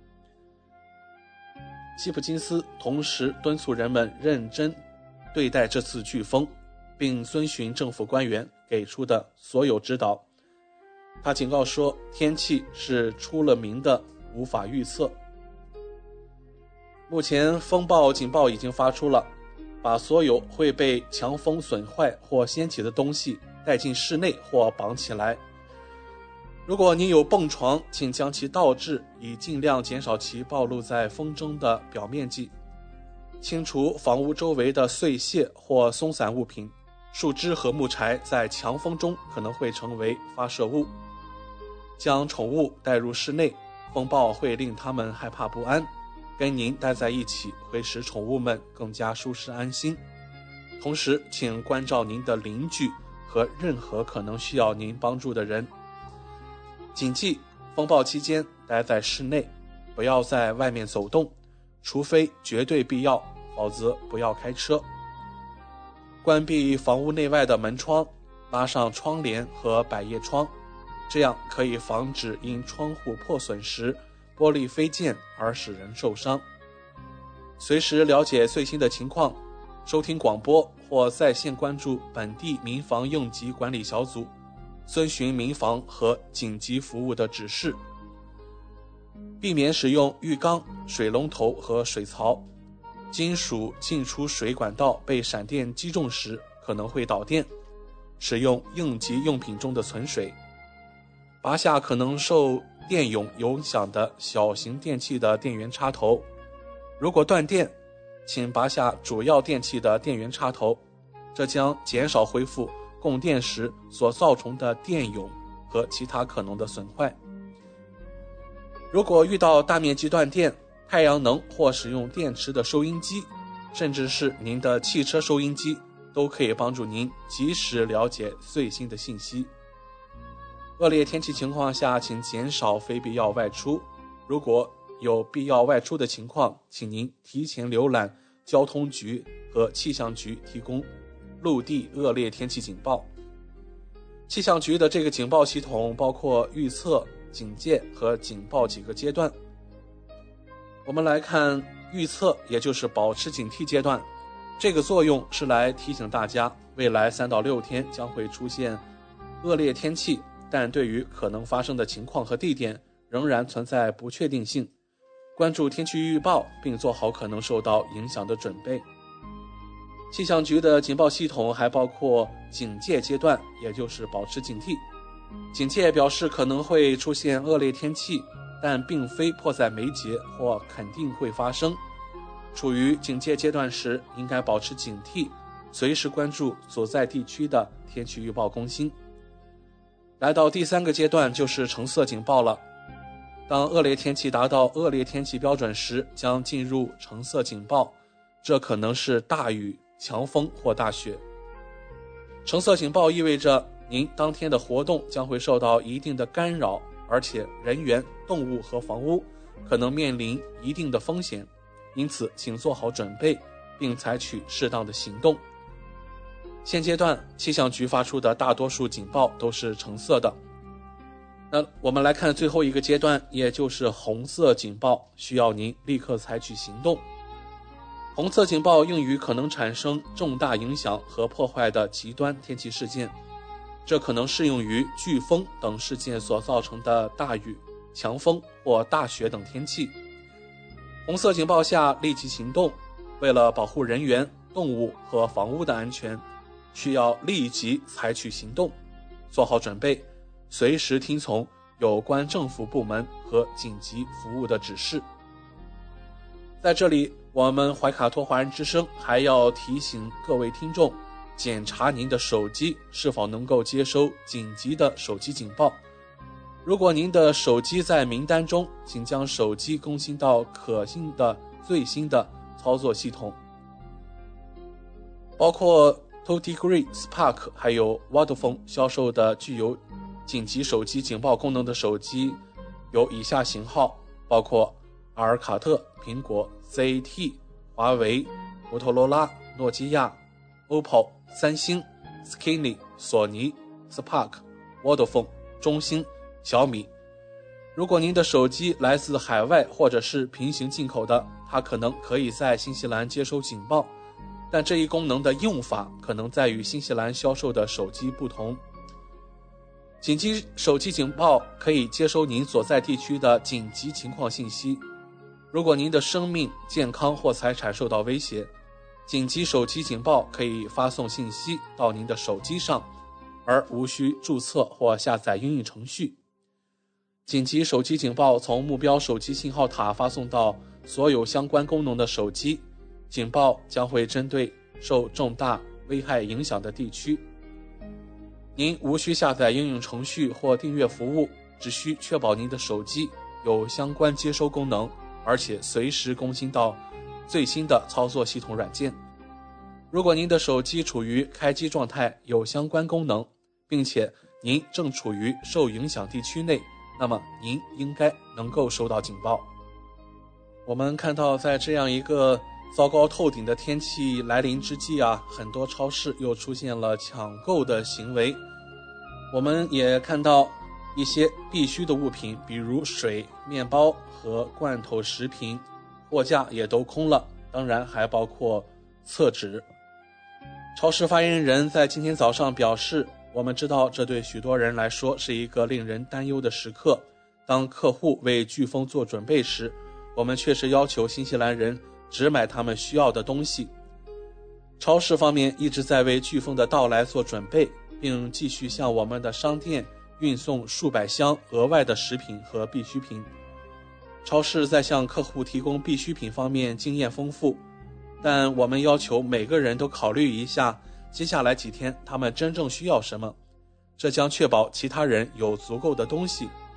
希普金斯同时敦促人们认真对待这次飓风，并遵循政府官员给出的所有指导。他警告说，天气是出了名的无法预测。目前风暴警报已经发出了，把所有会被强风损坏或掀起的东西带进室内或绑起来。如果您有蹦床，请将其倒置，以尽量减少其暴露在风中的表面积。清除房屋周围的碎屑或松散物品，树枝和木柴在强风中可能会成为发射物。将宠物带入室内，风暴会令它们害怕不安，跟您待在一起会使宠物们更加舒适安心。同时，请关照您的邻居和任何可能需要您帮助的人。谨记，风暴期间待在室内，不要在外面走动，除非绝对必要，否则不要开车。关闭房屋内外的门窗，拉上窗帘和百叶窗，这样可以防止因窗户破损时玻璃飞溅而使人受伤。随时了解最新的情况，收听广播或在线关注本地民防应急管理小组，遵循民防和紧急服务的指示，避免使用浴缸、水龙头和水槽。金属进出水管道被闪电击中时可能会导电，使用应急用品中的存水。拔下可能受电涌影响的小型电器的电源插头，如果断电，请拔下主要电器的电源插头，这将减少恢复供电时所造成的电涌和其他可能的损坏。 如果遇到大面积断电、太阳能或使用电池的收音机，甚至是您的汽车收音机，都可以帮助您及时了解最新的信息。恶劣天气情况下，请减少非必要外出。如果有必要外出的情况，请您提前浏览交通局和气象局提供陆地恶劣天气警报。气象局的这个警报系统包括预测、警戒和警报几个阶段。我们来看预测，也就是保持警惕阶段。这个作用是来提醒大家，未来三到六天将会出现恶劣天气，但对于可能发生的情况和地点仍然存在不确定性。关注天气预报，并做好可能受到影响的准备。气象局的警报系统还包括警戒阶段，也就是保持警惕。警戒表示可能会出现恶劣天气，但并非迫在眉睫或肯定会发生。处于警戒阶段时，应该保持警惕，随时关注所在地区的天气预报更新。来到第三个阶段，就是橙色警报了。当恶劣天气达到恶劣天气标准时，将进入橙色警报，这可能是大雨、强风或大雪。橙色警报意味着您当天的活动将会受到一定的干扰，而且人员、动物和房屋可能面临一定的风险，因此请做好准备，并采取适当的行动。现阶段气象局发出的大多数警报都是橙色的。那我们来看最后一个阶段，也就是红色警报，需要您立刻采取行动。红色警报用于可能产生重大影响和破坏的极端天气事件，这可能适用于飓风等事件所造成的大雨、强风或大雪等天气。红色警报下立即行动，为了保护人员、动物和房屋的安全，需要立即采取行动，做好准备，随时听从有关政府部门和紧急服务的指示。在这里，我们怀卡托华人之声还要提醒各位听众，检查您的手机是否能够接收紧急的手机警报。如果您的手机在名单中，请将手机更新到可信的最新的操作系统，包括 To Degree、Spark 还有 Vodafone 销售的具有紧急手机警报功能的手机有以下型号，包括阿尔卡特、苹果、C A T、华为、摩托罗拉、诺基亚、O P P O、三星、Skinny、索尼、Spark、Vodafone、中兴、小米。如果您的手机来自海外或者是平行进口的，它可能可以在新西兰接收警报，但这一功能的用法可能在与新西兰销售的手机不同。紧急手机警报可以接收您所在地区的紧急情况信息。如果您的生命、健康或财产受到威胁，紧急手机警报可以发送信息到您的手机上，而无需注册或下载应用程序。紧急手机警报从目标手机信号塔发送到所有相关功能的手机，警报将会针对受重大危害影响的地区。您无需下载应用程序或订阅服务，只需确保您的手机有相关接收功能，而且随时更新到最新的操作系统软件。如果您的手机处于开机状态，有相关功能，并且您正处于受影响地区内，那么您应该能够收到警报。我们看到在这样一个糟糕透顶的天气来临之际啊，很多超市又出现了抢购的行为。我们也看到一些必需的物品，比如水、面包和罐头食品，货架也都空了，当然还包括厕纸。超市发言人在今天早上表示，我们知道这对许多人来说是一个令人担忧的时刻。当客户为飓风做准备时，我们确实要求新西兰人只买他们需要的东西。超市方面一直在为飓风的到来做准备，并继续向我们的商店运送数百箱额外的食品和必需品。超市在向客户提供必需品方面经验丰富，但我们要求每个人都考虑一下接下来几天他们真正需要什么，这将确保其他人有足够的东西。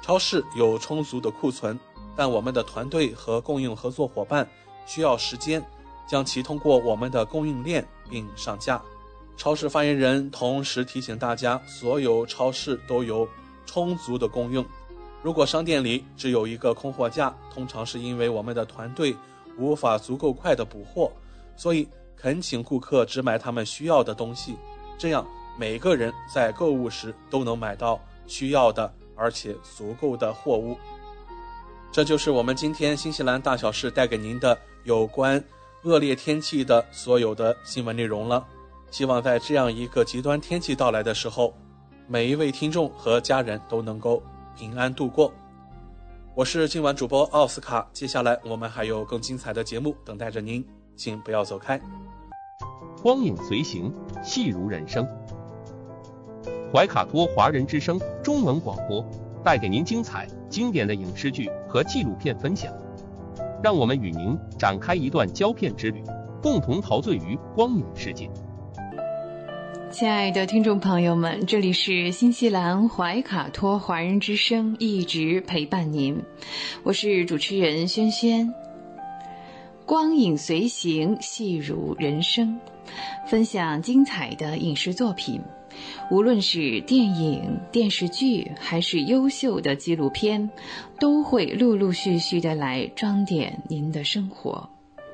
超市有充足的库存，但我们的团队和供应合作伙伴需要时间将其通过我们的供应链并上架。超市发言人同时提醒大家，所有超市都有充足的供应。如果商店里只有一个空货架，通常是因为我们的团队无法足够快的补货，所以恳请顾客只买他们需要的东西，这样每个人在购物时都能买到需要的而且足够的货物。这就是我们今天新西兰大小事带给您的有关恶劣天气的所有的新闻内容了。希望在这样一个极端天气到来的时候，每一位听众和家人都能够平安度过。我是今晚主播奥斯卡，接下来我们还有更精彩的节目等待着您，请不要走开。 光影随行，戏如人生。怀卡托华人之声中文广播带给您精彩经典的影视剧和纪录片分享，让我们与您展开一段胶片之旅，共同陶醉于光影世界。 亲爱的听众朋友们，这里是新西兰怀卡托华人之声，一直陪伴您，我是主持人轩轩。光影随行，戏如人生，分享精彩的影视作品，无论是电影、电视剧还是优秀的纪录片，都会陆陆续续的来装点您的生活。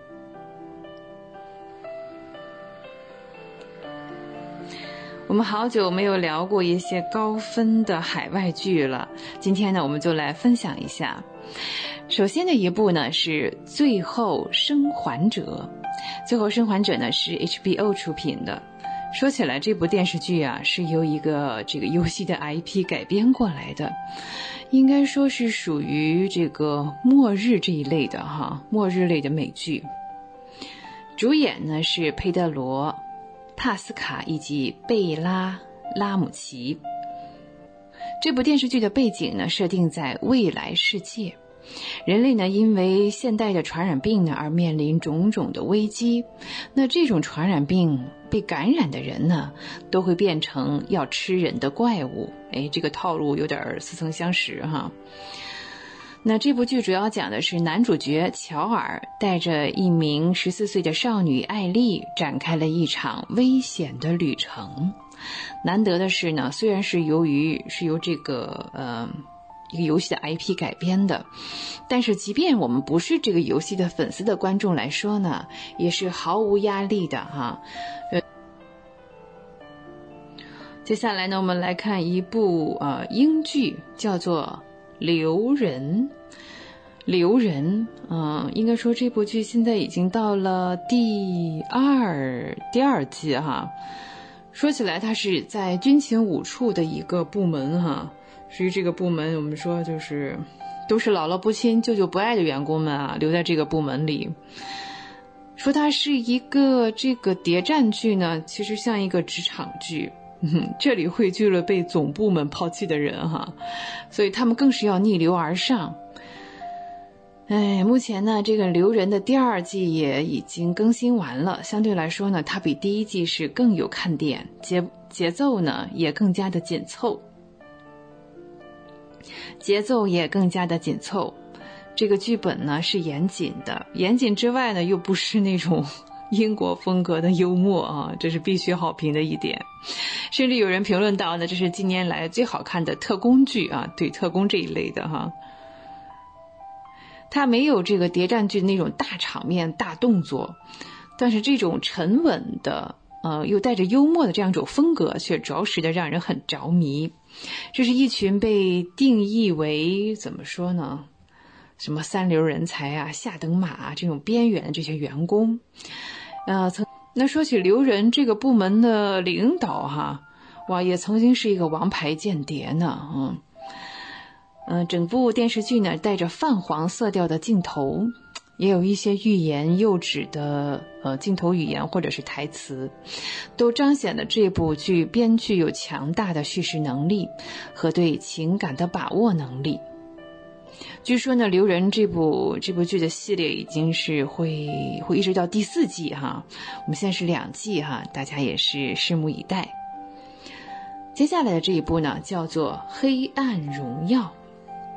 我们好久没有聊过一些高分的海外剧了，今天呢，我们就来分享一下。首先的一部呢是《最后生还者》，《最后生还者》呢是 H B O 出品的。说起来，这部电视剧啊是由一个这个游戏的 I P 改编过来的，应该说是属于这个末日这一类的哈，末日类的美剧。主演呢是佩德罗帕斯卡以及贝拉拉姆齐。这部电视剧的背景呢设定在未来世界，人类呢因为现代的传染病呢而面临种种的危机，那这种传染病被感染的人呢都会变成要吃人的怪物。哎，这个套路有点似曾相识哈。那这部剧主要讲的是男主角乔尔带着一名十四岁的少女艾丽展开了一场危险的旅程。难得的是呢，虽然是由于是由这个呃一个游戏的 I P 改编的，但是即便我们不是这个游戏的粉丝的观众来说呢，也是毫无压力的哈。呃接下来呢，我们来看一部呃英剧，叫做留人。留人，嗯、呃，应该说这部剧现在已经到了第二第二季哈。说起来，它是在军情五处的一个部门哈，属于这个部门我们说就是都是姥姥不亲舅舅不爱的员工们啊，留在这个部门里。说它是一个这个谍战剧呢，其实像一个职场剧。嗯，这里汇聚了被总部们抛弃的人哈，所以他们更是要逆流而上。哎，目前呢，这个留人的第二季也已经更新完了，相对来说呢，它比第一季是更有看点，节节奏呢也更加的紧凑，节奏也更加的紧凑。这个剧本呢是严谨的，严谨之外呢又不是那种英国风格的幽默啊，这是必须好评的一点。甚至有人评论到呢，这是近年来最好看的特工剧啊，对特工这一类的哈。它没有这个谍战剧那种大场面、大动作，但是这种沉稳的，呃，又带着幽默的这样一种风格，却着实的让人很着迷。这是一群被定义为怎么说呢？什么三流人才啊、下等马啊，这种边缘的这些员工。呃，曾那说起留人这个部门的领导哈，哇，也曾经是一个王牌间谍呢，嗯，呃，整部电视剧呢带着泛黄色调的镜头，也有一些欲言又止的呃镜头语言或者是台词，都彰显了这部剧编剧有强大的叙事能力和对情感的把握能力。据说呢，留人这部这部剧的系列已经是会会一直到第四季哈，我们现在是两季哈，大家也是拭目以待。接下来的这一部呢，叫做《黑暗荣耀》。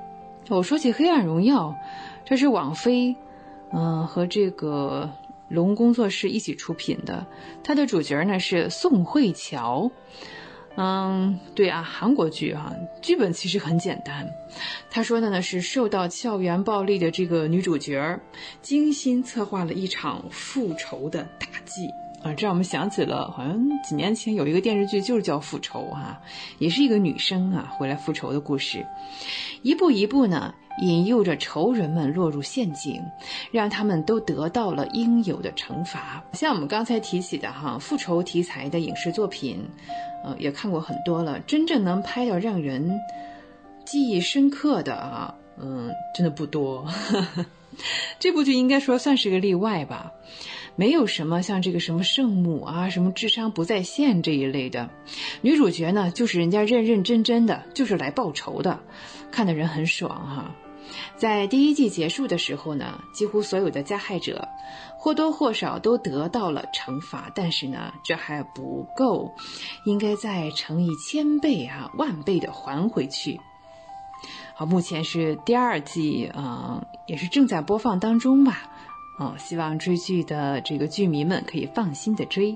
我说起《黑暗荣耀》，这是网飞嗯、呃、和这个龙工作室一起出品的，它的主角呢是宋慧乔。嗯，对啊，韩国剧啊，剧本其实很简单。他说的呢是受到校园暴力的这个女主角精心策划了一场复仇的大计啊，这让我们想起了好像几年前有一个电视剧就是叫《复仇》啊，也是一个女生啊回来复仇的故事，一步一步呢引诱着仇人们落入陷阱，让他们都得到了应有的惩罚。像我们刚才提起的哈，复仇题材的影视作品呃，也看过很多了，真正能拍到让人记忆深刻的啊，嗯，真的不多。这部剧应该说算是个例外吧，没有什么像这个什么圣母啊，什么智商不在线这一类的，女主角呢就是人家认认真真的就是来报仇的，看得人很爽哈。在第一季结束的时候呢，几乎所有的加害者或多或少都得到了惩罚，但是呢这还不够，应该再乘以千倍啊万倍的还回去。好，目前是第二季啊、呃，也是正在播放当中吧。哦，希望追剧的这个剧迷们可以放心的追。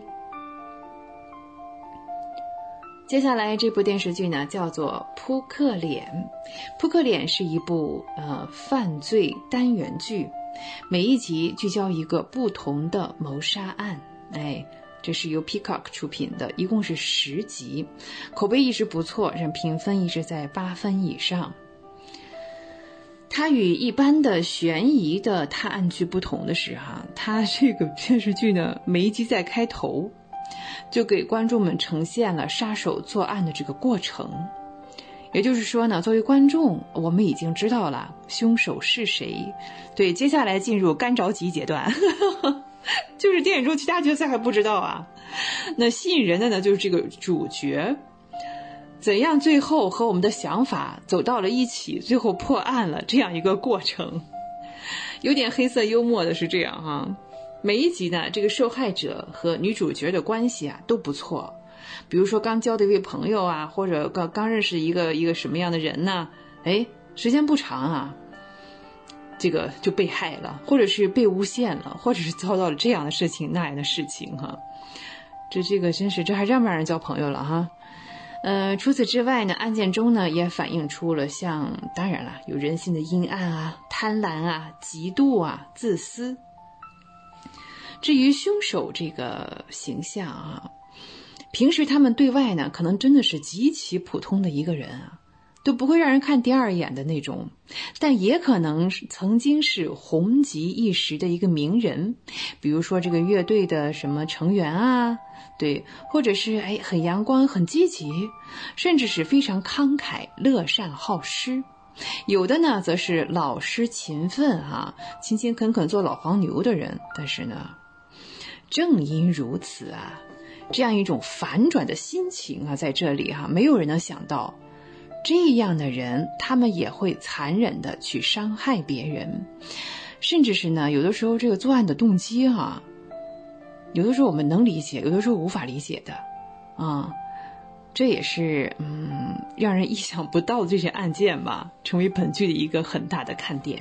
接下来这部电视剧呢叫做《扑克脸》。扑克脸是一部呃犯罪单元剧，每一集聚焦一个不同的谋杀案。哎，这是由 Peacock 出品的，一共是十集，口碑一直不错，让评分一直在八分以上。它与一般的悬疑的探案剧不同的是哈，它这个电视剧呢，每一集在开头就给观众们呈现了杀手作案的这个过程。也就是说呢，作为观众，我们已经知道了凶手是谁。对，接下来进入干着急阶段，就是电影中其他角色还不知道啊。那吸引人的呢，就是这个主角怎样最后和我们的想法走到了一起，最后破案了这样一个过程。有点黑色幽默的是这样哈，每一集呢，这个受害者和女主角的关系啊都不错。比如说刚交的一位朋友啊，或者刚刚认识一个一个什么样的人呢？哎，时间不长啊，这个就被害了，或者是被诬陷了，或者是遭到了这样的事情那样的事情哈。这这个真是这还让不让人交朋友了哈？呃，除此之外呢，案件中呢也反映出了像当然了有人性的阴暗啊、贪婪啊、嫉妒啊、自私。至于凶手这个形象啊，平时他们对外呢可能真的是极其普通的一个人啊，都不会让人看第二眼的那种，但也可能曾经是红极一时的一个名人，比如说这个乐队的什么成员啊，对，或者是哎很阳光很积极，甚至是非常慷慨乐善好施。有的呢则是老实勤奋啊，勤勤恳恳做老黄牛的人。但是呢正因如此啊，这样一种反转的心情啊，在这里哈、啊，没有人能想到这样的人他们也会残忍的去伤害别人，甚至是呢有的时候这个作案的动机哈、啊，有的时候我们能理解，有的时候无法理解的啊，这也是嗯让人意想不到的这些案件吧，成为本剧的一个很大的看点。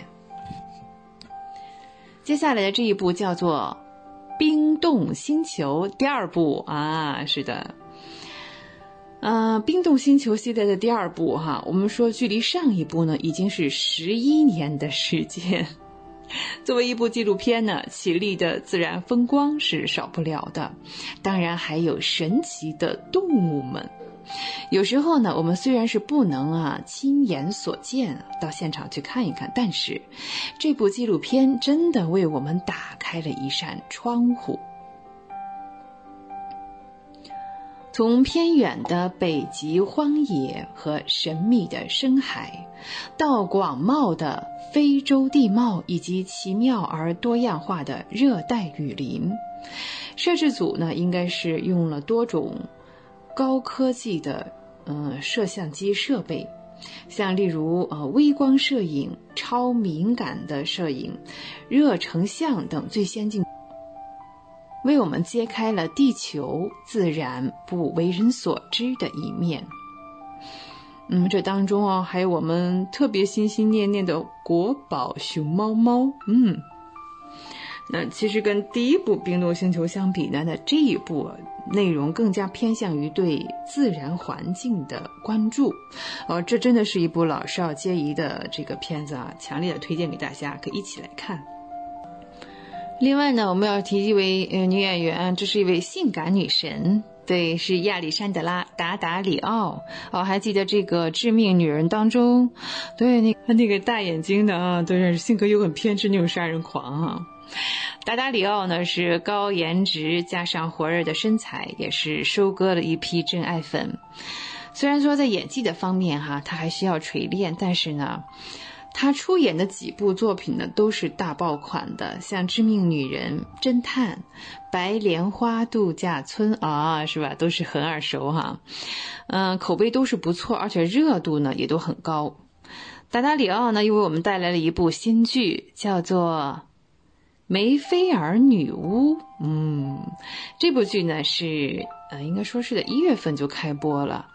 接下来的这一部叫做冰冻星球第二部啊，是的，呃，冰冻星球系列的第二部哈，我们说距离上一部呢已经是十一年的时间。作为一部纪录片呢，绮丽的自然风光是少不了的，当然还有神奇的动物们。有时候呢，我们虽然是不能啊亲眼所见，到现场去看一看，但是这部纪录片真的为我们打开了一扇窗户。从偏远的北极荒野和神秘的深海，到广袤的非洲地貌以及奇妙而多样化的热带雨林，摄制组呢应该是用了多种高科技的呃摄像机设备，像例如呃微光摄影、超敏感的摄影、热成像等最先进，为我们揭开了地球自然不为人所知的一面。 嗯，这当中啊，还有我们特别心心念念的国宝熊猫猫。嗯，那其实跟第一部《冰冻星球》相比呢，那这一部内容更加偏向于对自然环境的关注。哦，这真的是一部老少皆宜的这个片子啊，强烈的推荐给大家，可以一起来看。另外呢，我们要提一位呃女演员，这是一位性感女神。对，是亚历山德拉·达达里奥。哦，还记得这个《致命女人》当中，对，那个那个大眼睛的啊，对，性格又很偏执那种杀人狂啊。达达里奥呢是高颜值加上火热的身材，也是收割了一批真爱粉。虽然说在演技的方面哈，他还需要锤炼，但是呢，他出演的几部作品呢都是大爆款的，像《致命女人》、侦探、白莲花度假村啊，是吧？都是很耳熟哈。嗯，口碑都是不错，而且热度呢也都很高。达达里奥呢又为我们带来了一部新剧，叫做梅菲尔女巫。嗯，这部剧呢是呃，应该说是在一月份就开播了。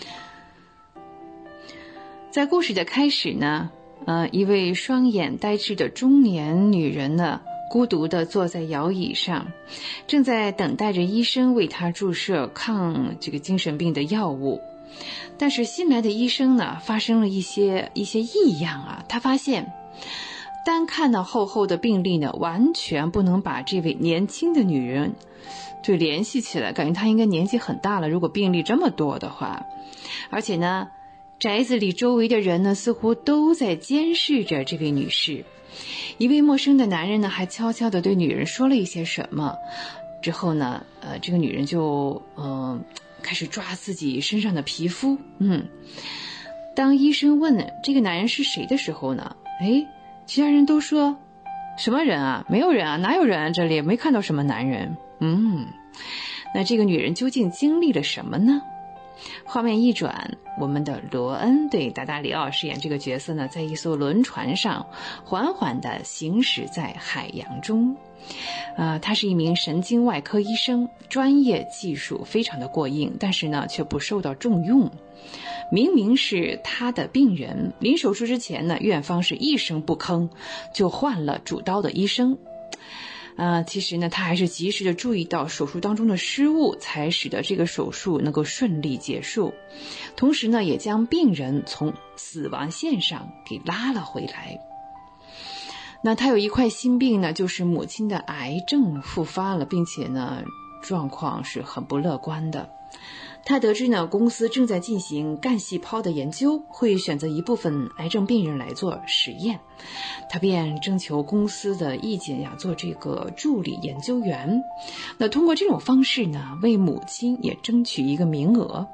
在故事的开始呢，呃，一位双眼呆滞的中年女人呢，孤独地坐在摇椅上，正在等待着医生为她注射抗这个精神病的药物。但是新来的医生呢，发生了一些一些异样啊，他发现单看到厚厚的病历呢，完全不能把这位年轻的女人就联系起来，感觉她应该年纪很大了，如果病历这么多的话。而且呢，宅子里周围的人呢，似乎都在监视着这位女士。一位陌生的男人呢，还悄悄地对女人说了一些什么。之后呢，呃，这个女人就嗯、呃、开始抓自己身上的皮肤。嗯，当医生问这个男人是谁的时候呢，哎，其他人都说什么人啊？没有人啊，哪有人啊？这里没看到什么男人。嗯，那这个女人究竟经历了什么呢？画面一转，我们的罗恩对达达里奥饰演这个角色呢，在一艘轮船上缓缓地行驶在海洋中。呃，他是一名神经外科医生，专业技术非常的过硬，但是呢却不受到重用。明明是他的病人，临手术之前呢，院方是一声不吭就换了主刀的医生。呃，其实呢，他还是及时的注意到手术当中的失误，才使得这个手术能够顺利结束。同时呢，也将病人从死亡线上给拉了回来。那他有一块心病呢，就是母亲的癌症复发了，并且呢，状况是很不乐观的。他得知呢，公司正在进行干细胞的研究，会选择一部分癌症病人来做实验。他便征求公司的意见呀，做这个助理研究员。那通过这种方式呢，为母亲也争取一个名额。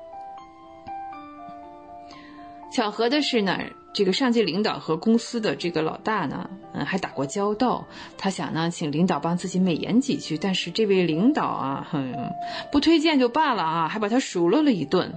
巧合的是呢，这个上级领导和公司的这个老大呢，嗯，还打过交道。他想呢，请领导帮自己美言几句，但是这位领导啊，哼、嗯，不推荐就罢了啊，还把他数落了一顿。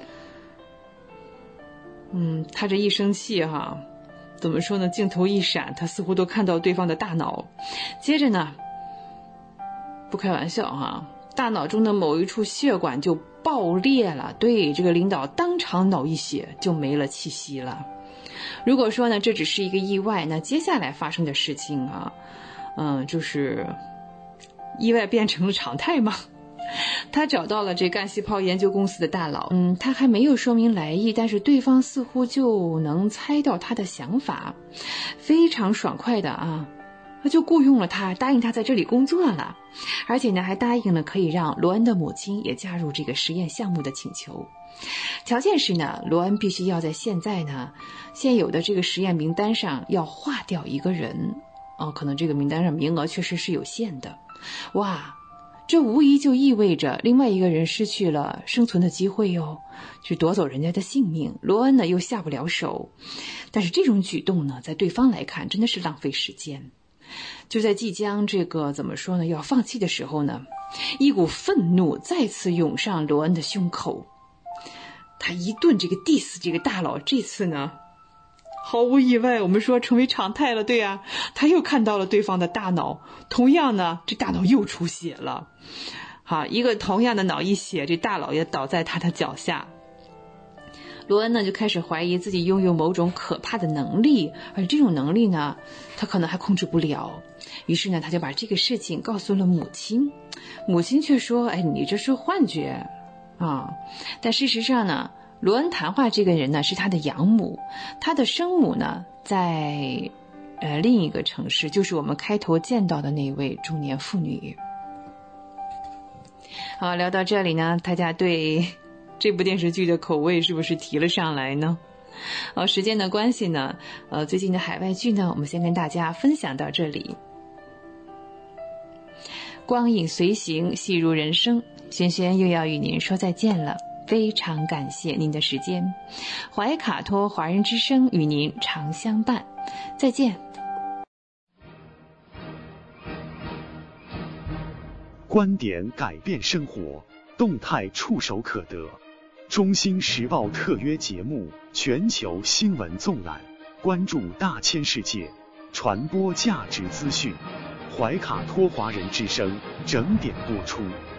嗯，他这一生气哈，怎么说呢？镜头一闪，他似乎都看到对方的大脑。接着呢，不开玩笑哈，大脑中的某一处血管就爆裂了，对，这个领导当场脑溢血，就没了气息了。如果说呢，这只是一个意外，那接下来发生的事情啊，嗯，就是意外变成了常态嘛。他找到了这干细胞研究公司的大佬，嗯，他还没有说明来意，但是对方似乎就能猜到他的想法，非常爽快的啊，他就雇佣了他，答应他在这里工作了，而且呢，还答应了可以让罗恩的母亲也加入这个实验项目的请求。条件是呢，罗恩必须要在现在呢现有的这个实验名单上要划掉一个人，哦，可能这个名单上名额确实是有限的。哇，这无疑就意味着另外一个人失去了生存的机会哟，去夺走人家的性命。罗恩呢又下不了手，但是这种举动呢，在对方来看真的是浪费时间。就在即将这个怎么说呢，要放弃的时候呢，一股愤怒再次涌上罗恩的胸口。他一顿这个 diss 这个大佬，这次呢毫无意外，我们说成为常态了，对啊，他又看到了对方的大脑，同样呢这大脑又出血了。好，一个同样的脑溢血，这大佬也倒在他的脚下。 罗恩呢就开始怀疑自己拥有某种可怕的能力，而这种能力呢，他可能还控制不了。于是呢，他就把这个事情告诉了母亲，母亲却说：“哎，你这是幻觉啊！”但事实上呢，罗恩谈话这个人呢是他的养母，他的生母呢在呃另一个城市，就是我们开头见到的那位中年妇女。好，聊到这里呢，大家对这部电视剧的口味是不是提了上来呢？好，时间的关系呢，呃，最近的海外剧呢，我们先跟大家分享到这里。光影随行，戏如人生，轩轩又要与您说再见了，非常感谢您的时间。怀卡托华人之声与您常相伴，再见。 观点改变生活，动态触手可得。中新时报特约节目，全球新闻纵览，关注大千世界，传播价值资讯。怀卡托华人之声整点播出。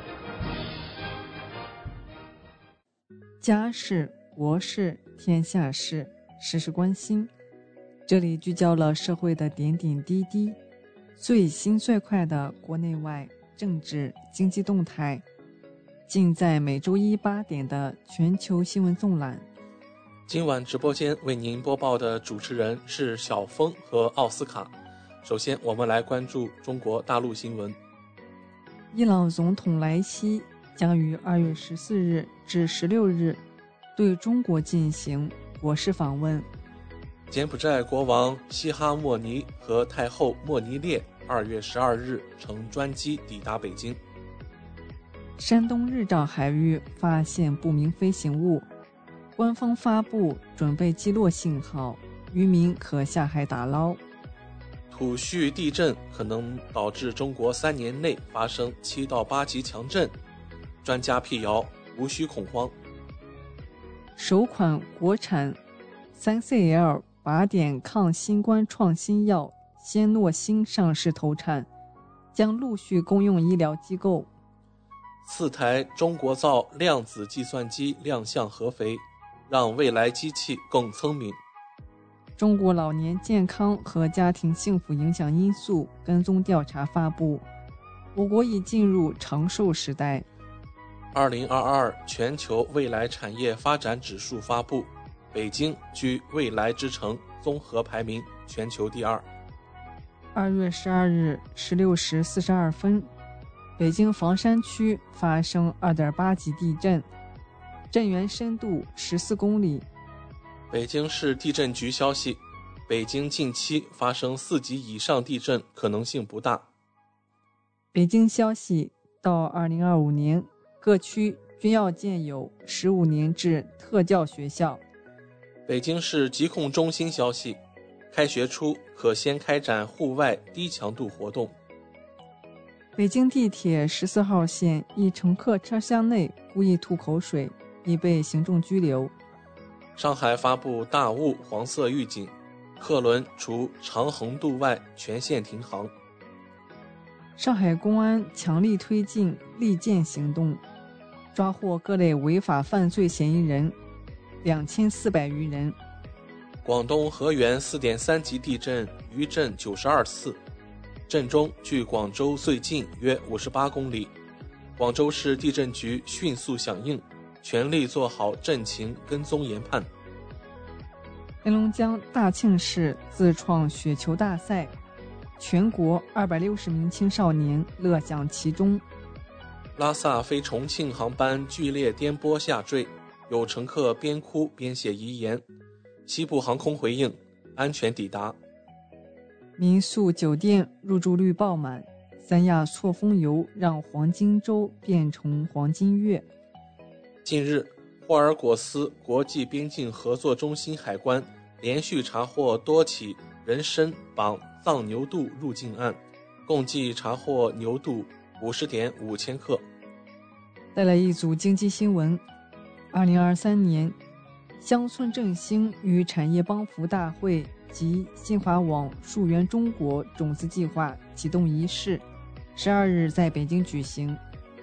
家事、国事、天下事，事事关心。这里聚焦了社会的点点滴滴，最新最快的国内外政治经济动态，尽在每周一八点的全球新闻纵览。 今晚直播间为您播报的主持人是小峰和奥斯卡。首先我们来关注中国大陆新闻。 伊朗总统莱西将于二月十四日至十六日对中国进行国事访问。 柬埔寨国王西哈莫尼和太后莫尼列二月十二日乘专机抵达北京。 山东日照海域发现不明飞行物，官方发布准备击落信号，渔民可下海打捞。 土叙地震可能导致中国三年内发生七到八级强震，专家辟谣，无需恐慌。 首款国产 三 C L 靶点抗新冠创新药仙诺星上市投产，将陆续供用医疗机构。 四台中国造量子计算机亮相合肥，让未来机器更聪明。 中国老年健康和家庭幸福影响因素跟踪调查发布，我国已进入长寿时代。 二零二二全球未来产业发展指数发布，北京居未来之城综合排名全球第二。 二月十二日十六时四十二分，北京房山区发生 二点八级地震，震源深度十四公里。 北京市地震局消息，北京近期发生四级以上地震可能性不大。 北京消息，到二零二五年，各区均要建有十五年制特教学校。 北京市疾控中心消息，开学初可先开展户外低强度活动。 北京地铁十四号线一乘客车厢内故意吐口水，已被行政拘留。 上海发布大雾黄色预警，客轮除长横渡外全线停航。 上海公安强力推进利剑行动，抓获各类违法犯罪嫌疑人两千四百余人。 广东河源 四点三 级地震，余震九十二次，震中距广州最近约五十八公里。广州市地震局迅速响应，全力做好震情跟踪研判。 黑龙江大庆市自创雪球大赛，全国二百六十名青少年乐享其中。 拉萨飞重庆航班剧烈颠簸下坠，有乘客边哭边写遗言。西部航空回应，安全抵达。 民宿酒店入住率爆满，三亚错峰游让黄金周变成黄金月。 近日，霍尔果斯国际边境合作中心海关连续查获多起人参绑藏牛肚入境案，共计查获牛肚五十点五千克。 带来一组经济新闻。二零二三年乡村振兴与产业帮扶大会及新华网溯源中国种子计划启动仪式十二日在北京举行。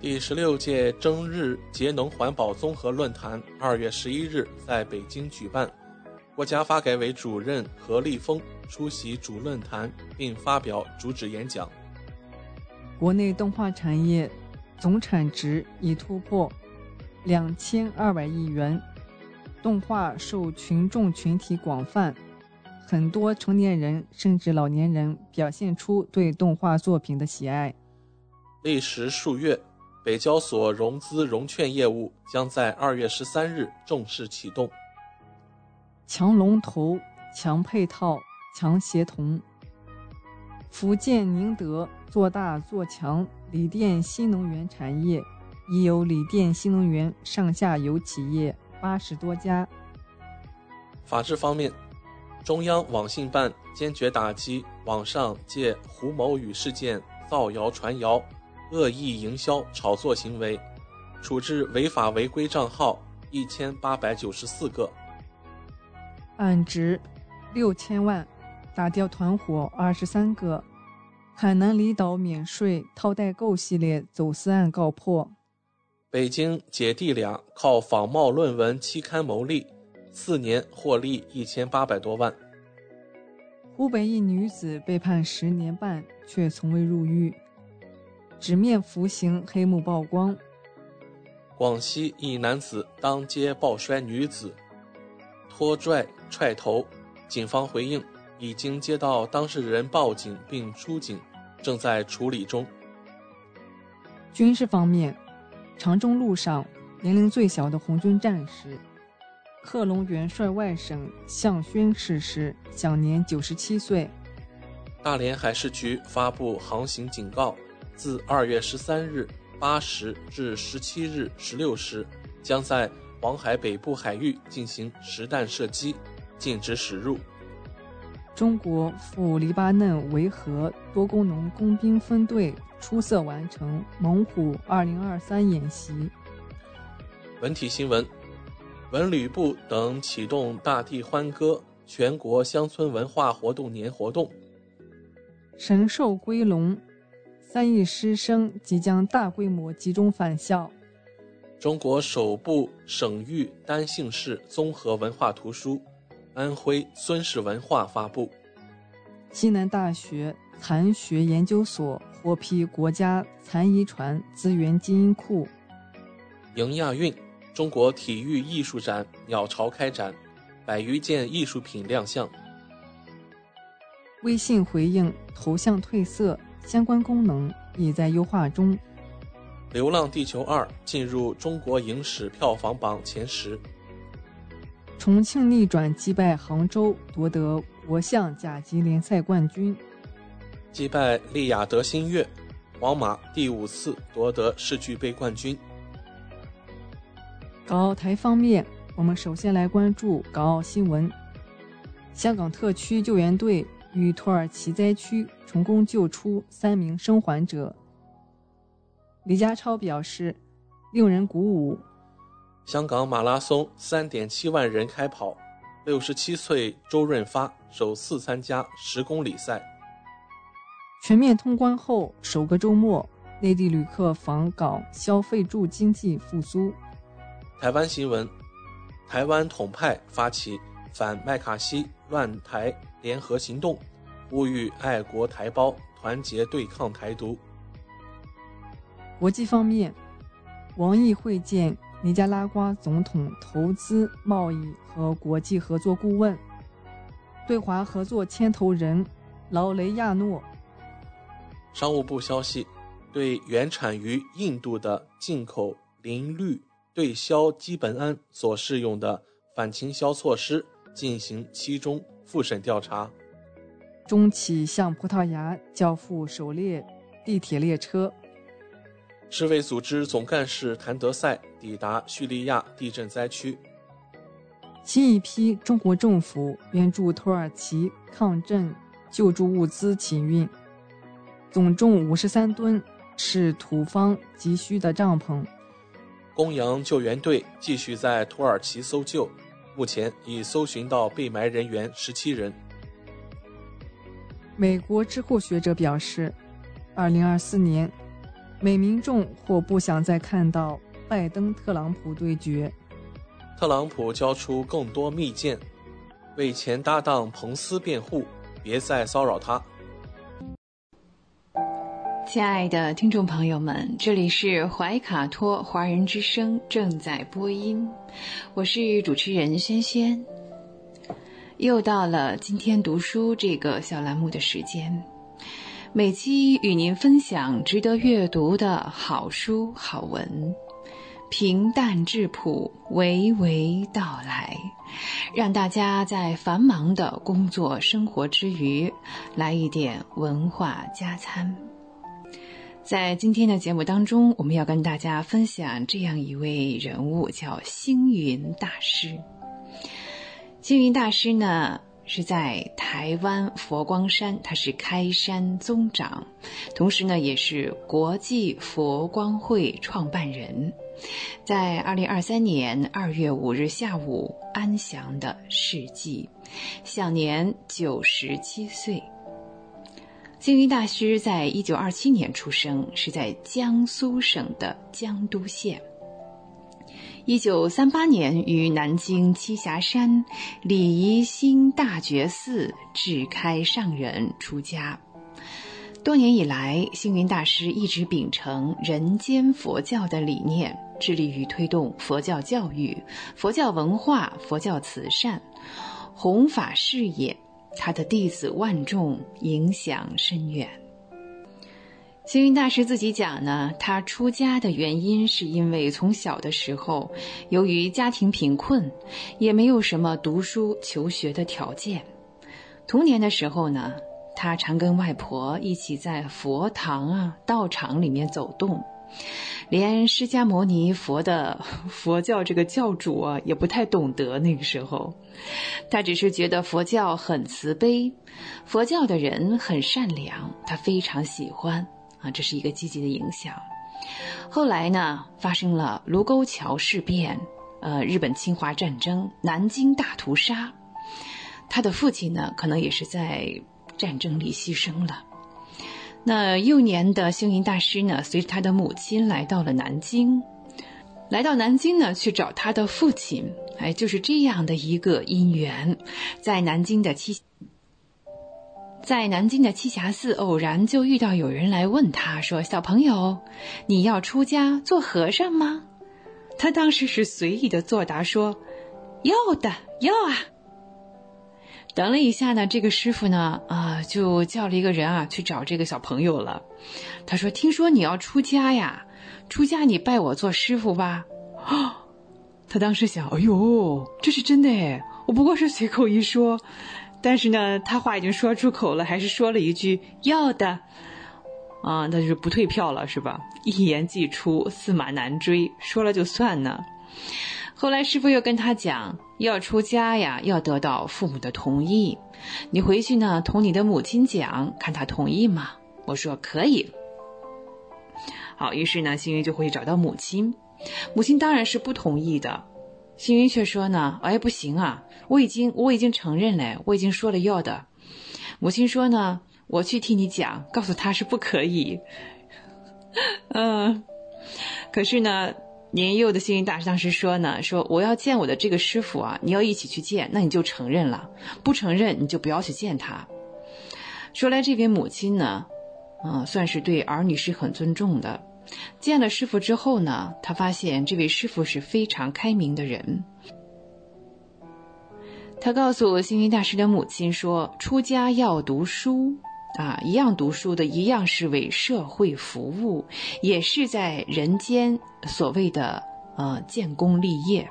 第十六届征日节能环保综合论坛二月十一日在北京举办，国家发改委主任何立峰出席主论坛并发表主旨演讲。 国内动画产业总产值已突破两千二百亿元，动画受群众群体广泛，很多成年人甚至老年人表现出对动画作品的喜爱。 历时数月，北交所融资融券业务将在二月十三日正式启动。 强龙头、强配套、强协同。福建宁德做大做强锂电新能源产业，已有锂电新能源上下游企业八十多家。 法治方面，中央网信办坚决打击网上借胡某宇事件造谣传谣、恶意营销炒作行为，处置违法违规账号一千八百九十四个， 案值六千万，打掉团伙二十三个。海南离岛免税套代购系列走私案告破。 北京姐弟俩靠仿冒论文期刊牟利，四年获利一千八百多万。 湖北一女子被判十年半，却从未入狱，纸面服刑黑幕曝光。 广西一男子当街抱摔女子，拖拽踹头，警方回应已经接到当事人报警并出警，正在处理中。 军事方面，长征路上年龄最小的红军战士克隆元帅外甥项轩逝世，享年九十七岁。 大连海事局发布航行警告，自二月十三日八时至十七日十六时，将在黄海北部海域进行实弹射击，禁止驶入。 中国赴黎巴嫩维和多功能工兵分队出色完成猛虎二零二三演习。 文体新闻，文旅部等启动大地欢歌全国乡村文化活动年活动。 神兽归笼，三亿师生即将大规模集中返校。 中国首部省域单姓氏综合文化图书安徽孙氏文化发布。 西南大学残学研究所获批国家残遗传资源基因库。 迎亚运，中国体育艺术展鸟巢开展，百余件艺术品亮相。 微信回应头像褪色相关功能已在优化中。 流浪地球二进入中国影史票房榜前十。 重庆逆转击败杭州，夺得国象甲级联赛冠军。 击败利雅得新月，皇马第五次夺得世俱杯冠军。 港澳台方面，我们首先来关注港澳新闻。香港特区救援队与土耳其灾区成功救出三名生还者。李家超表示，令人鼓舞。 香港马拉松 三点七万人开跑，六十七岁周润发首次参加十公里赛。 全面通关后首个周末，内地旅客访港消费住经济复苏。 台湾新闻，台湾统派发起反麦卡锡乱台联合行动，呼吁爱国台胞团结对抗台独。 国际方面，王毅会见尼加拉瓜总统投资、贸易和国际合作顾问、对华合作牵头人劳雷亚诺。 商务部消息，对原产于印度的进口磷氯对硝基苯胺所适用的反倾销措施进行期中复审调查。 中企向葡萄牙交付首列地铁列车。 世卫组织总干事谭德赛抵达叙利亚地震灾区。 新一批中国政府援助土耳其抗震救助物资起运，总重五十三吨，是土方急需的帐篷。 公羊救援队继续在土耳其搜救，目前已搜寻到被埋人员十七人。 美国智库学者表示，二零二四年美民众或不想再看到拜登特朗普对决。 特朗普交出更多密件，为前搭档彭斯辩护，别再骚扰他。 亲爱的听众朋友们，这里是怀卡托华人之声正在播音，我是主持人轩轩。又到了今天读书这个小栏目的时间，每期与您分享值得阅读的好书好文，平淡质朴，娓娓道来，让大家在繁忙的工作生活之余，来一点文化加餐。在今天的节目当中，我们要跟大家分享这样一位人物，叫星云大师。星云大师呢，是在台湾佛光山，他是开山宗长，同时呢也是国际佛光会创办人，在二零二三年二月五日下午安详的逝迹，享年九十七岁。星云大师在一九二七年出生，是在江苏省的江都县。一九三八年于南京栖霞山礼仪心大觉寺智开上人出家。多年以来，星云大师一直秉承人间佛教的理念，致力于推动佛教教育、佛教文化、佛教慈善、弘法事业，他的弟子万众，影响深远。星云大师自己讲呢，他出家的原因是因为从小的时候，由于家庭贫困，也没有什么读书求学的条件。童年的时候呢，他常跟外婆一起在佛堂啊、道场里面走动，连释迦牟尼佛的佛教这个教主啊，也不太懂得。那个时候，他只是觉得佛教很慈悲，佛教的人很善良，他非常喜欢啊，这是一个积极的影响。后来呢，发生了卢沟桥事变，呃，日本侵华战争，南京大屠杀。他的父亲呢，可能也是在战争里牺牲了。那幼年的星云大师呢，随着他的母亲来到了南京，来到南京呢，去找他的父亲。哎，就是这样的一个因缘，在南京的栖在南京的栖霞寺，偶然就遇到有人来问他说：“小朋友，你要出家做和尚吗？”他当时是随意的作答说：“要的，要啊。”等了一下呢，这个师傅呢，啊、呃，就叫了一个人啊去找这个小朋友了。他说：“听说你要出家呀，出家你拜我做师傅吧。”哦，他当时想：“哎呦，这是真的哎，我不过是随口一说。”但是呢，他话已经说出口了，还是说了一句要的，啊，那就是不退票了，是吧？一言既出，驷马难追，说了就算呢。后来师父又跟他讲，要出家呀，要得到父母的同意。你回去呢，同你的母亲讲，看他同意吗？我说可以。好，于是呢，星云就回去找到母亲，母亲当然是不同意的。星云却说呢，哎，不行啊，我已经我已经承认了，我已经说了要的。母亲说呢，我去替你讲，告诉他是不可以。嗯，可是呢，年幼的星云大师当时说呢，说我要见我的这个师父啊，你要一起去见，那你就承认了，不承认你就不要去见他。说来这位母亲呢，嗯，算是对儿女是很尊重的。见了师父之后呢，他发现这位师父是非常开明的人。他告诉星云大师的母亲说，出家要读书啊，一样读书的，一样是为社会服务，也是在人间所谓的呃建功立业。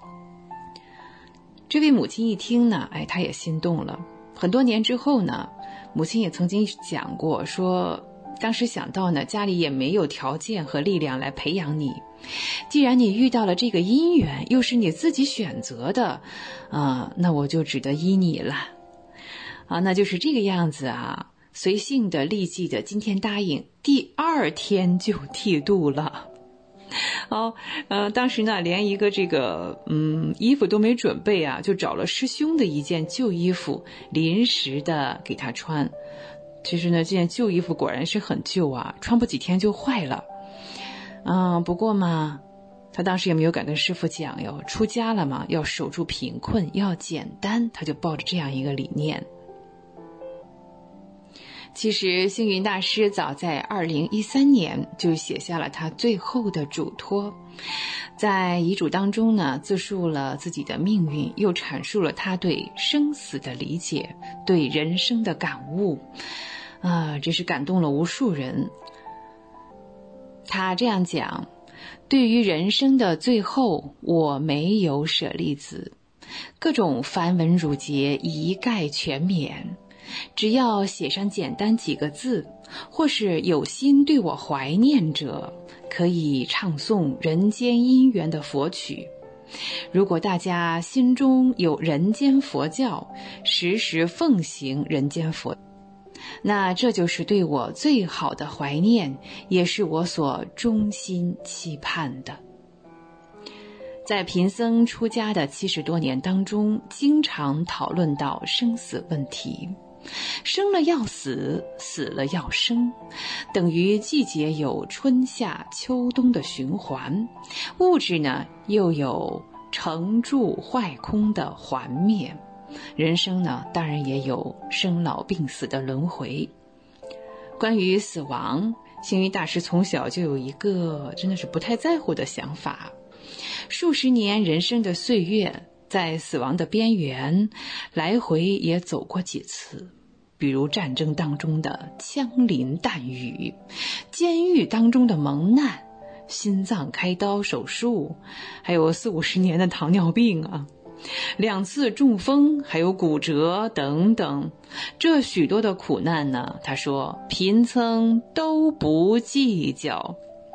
这位母亲一听呢，哎，她也心动了。很多年之后呢，母亲也曾经讲过，说当时想到呢，家里也没有条件和力量来培养你，既然你遇到了这个姻缘，又是你自己选择的，啊、呃，那我就只得依你了，啊，那就是这个样子啊，随性的、立即的，今天答应，第二天就剃度了。哦，呃，当时呢，连一个这个嗯衣服都没准备啊，就找了师兄的一件旧衣服，临时的给他穿。其实呢，这件旧衣服果然是很旧啊，穿不几天就坏了。 嗯，不过嘛，他当时也没有敢跟师父讲哟，出家了嘛，要守住贫困，要简单，他就抱着这样一个理念。其实星云大师早在二零一三年就写下了他最后的嘱托，在遗嘱当中呢，自述了自己的命运，又阐述了他对生死的理解，对人生的感悟，啊，这是感动了无数人。他这样讲，对于人生的最后，我没有舍利子，各种繁文缛节一概全免，只要写上简单几个字，或是有心对我怀念者，可以唱诵人间姻缘的佛曲。如果大家心中有人间佛教，时时奉行人间佛，那这就是对我最好的怀念，也是我所衷心期盼的。在贫僧出家的七十多年当中，经常讨论到生死问题。生了要死，死了要生，等于季节有春夏秋冬的循环，物质呢又有成住坏空的还灭，人生呢当然也有生老病死的轮回。关于死亡，星云大师从小就有一个真的是不太在乎的想法，数十年人生的岁月，在死亡的边缘来回也走过几次，比如战争当中的枪林弹雨，监狱当中的蒙难，心脏开刀手术，还有四五十年的糖尿病啊，两次中风，还有骨折等等，这许多的苦难呢，他说贫僧都不计较。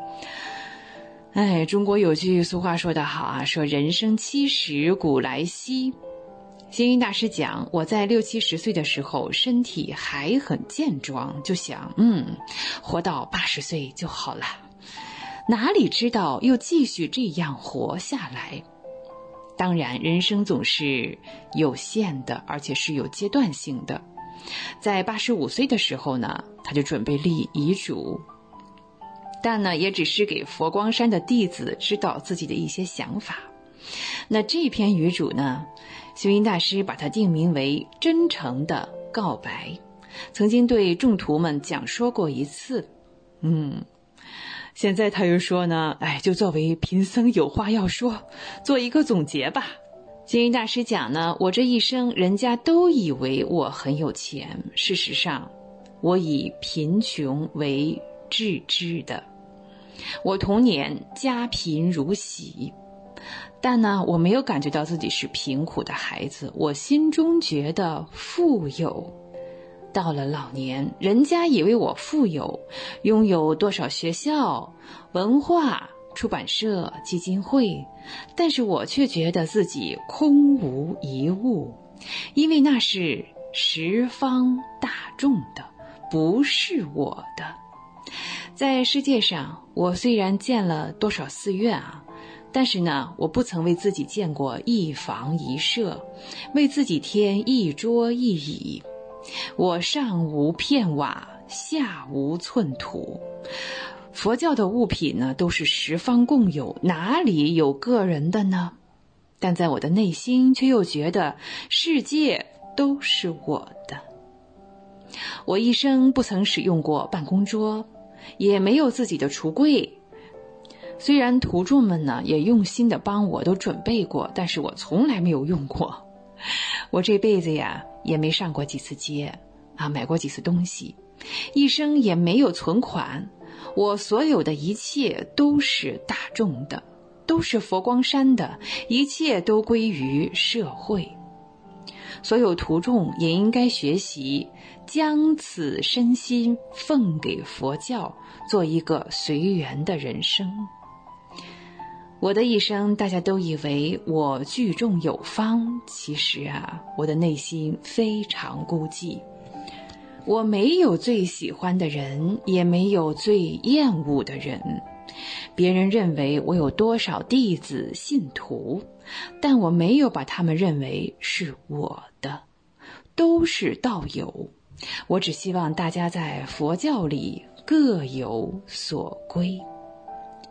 哎，中国有句俗话说得好啊，说人生七十古来稀。星云大师讲，我在六七十岁的时候身体还很健壮，就想嗯，活到八十岁就好了，哪里知道又继续这样活下来。当然人生总是有限的，而且是有阶段性的。在八十五岁的时候呢，他就准备立遗嘱，但呢也只是给佛光山的弟子知道自己的一些想法。那这篇遗嘱呢，星云大师把它定名为真诚的告白，曾经对众徒们讲说过一次。嗯，现在他又说呢，哎，就作为贫僧有话要说，做一个总结吧。星云大师讲呢，我这一生人家都以为我很有钱，事实上我以贫穷为自知的。我童年家贫如洗，但呢我没有感觉到自己是贫苦的孩子，我心中觉得富有。到了老年，人家以为我富有，拥有多少学校、文化、出版社、基金会，但是我却觉得自己空无一物，因为那是十方大众的，不是我的。在世界上，我虽然建了多少寺院啊，但是呢，我不曾为自己建过一房一舍，为自己添一桌一椅。我上无片瓦，下无寸土。佛教的物品呢，都是十方共有，哪里有个人的呢？但在我的内心却又觉得世界都是我的。我一生不曾使用过办公桌，也没有自己的橱柜。虽然徒众们呢也用心的帮我都准备过，但是我从来没有用过。我这辈子呀也没上过几次街啊，买过几次东西，一生也没有存款。我所有的一切都是大众的，都是佛光山的，一切都归于社会。所有徒众也应该学习将此身心奉给佛教，做一个随缘的人生。我的一生大家都以为我聚众有方，其实啊，我的内心非常孤寂。我没有最喜欢的人，也没有最厌恶的人。别人认为我有多少弟子信徒，但我没有把他们认为是我的，都是道友。我只希望大家在佛教里各有所归。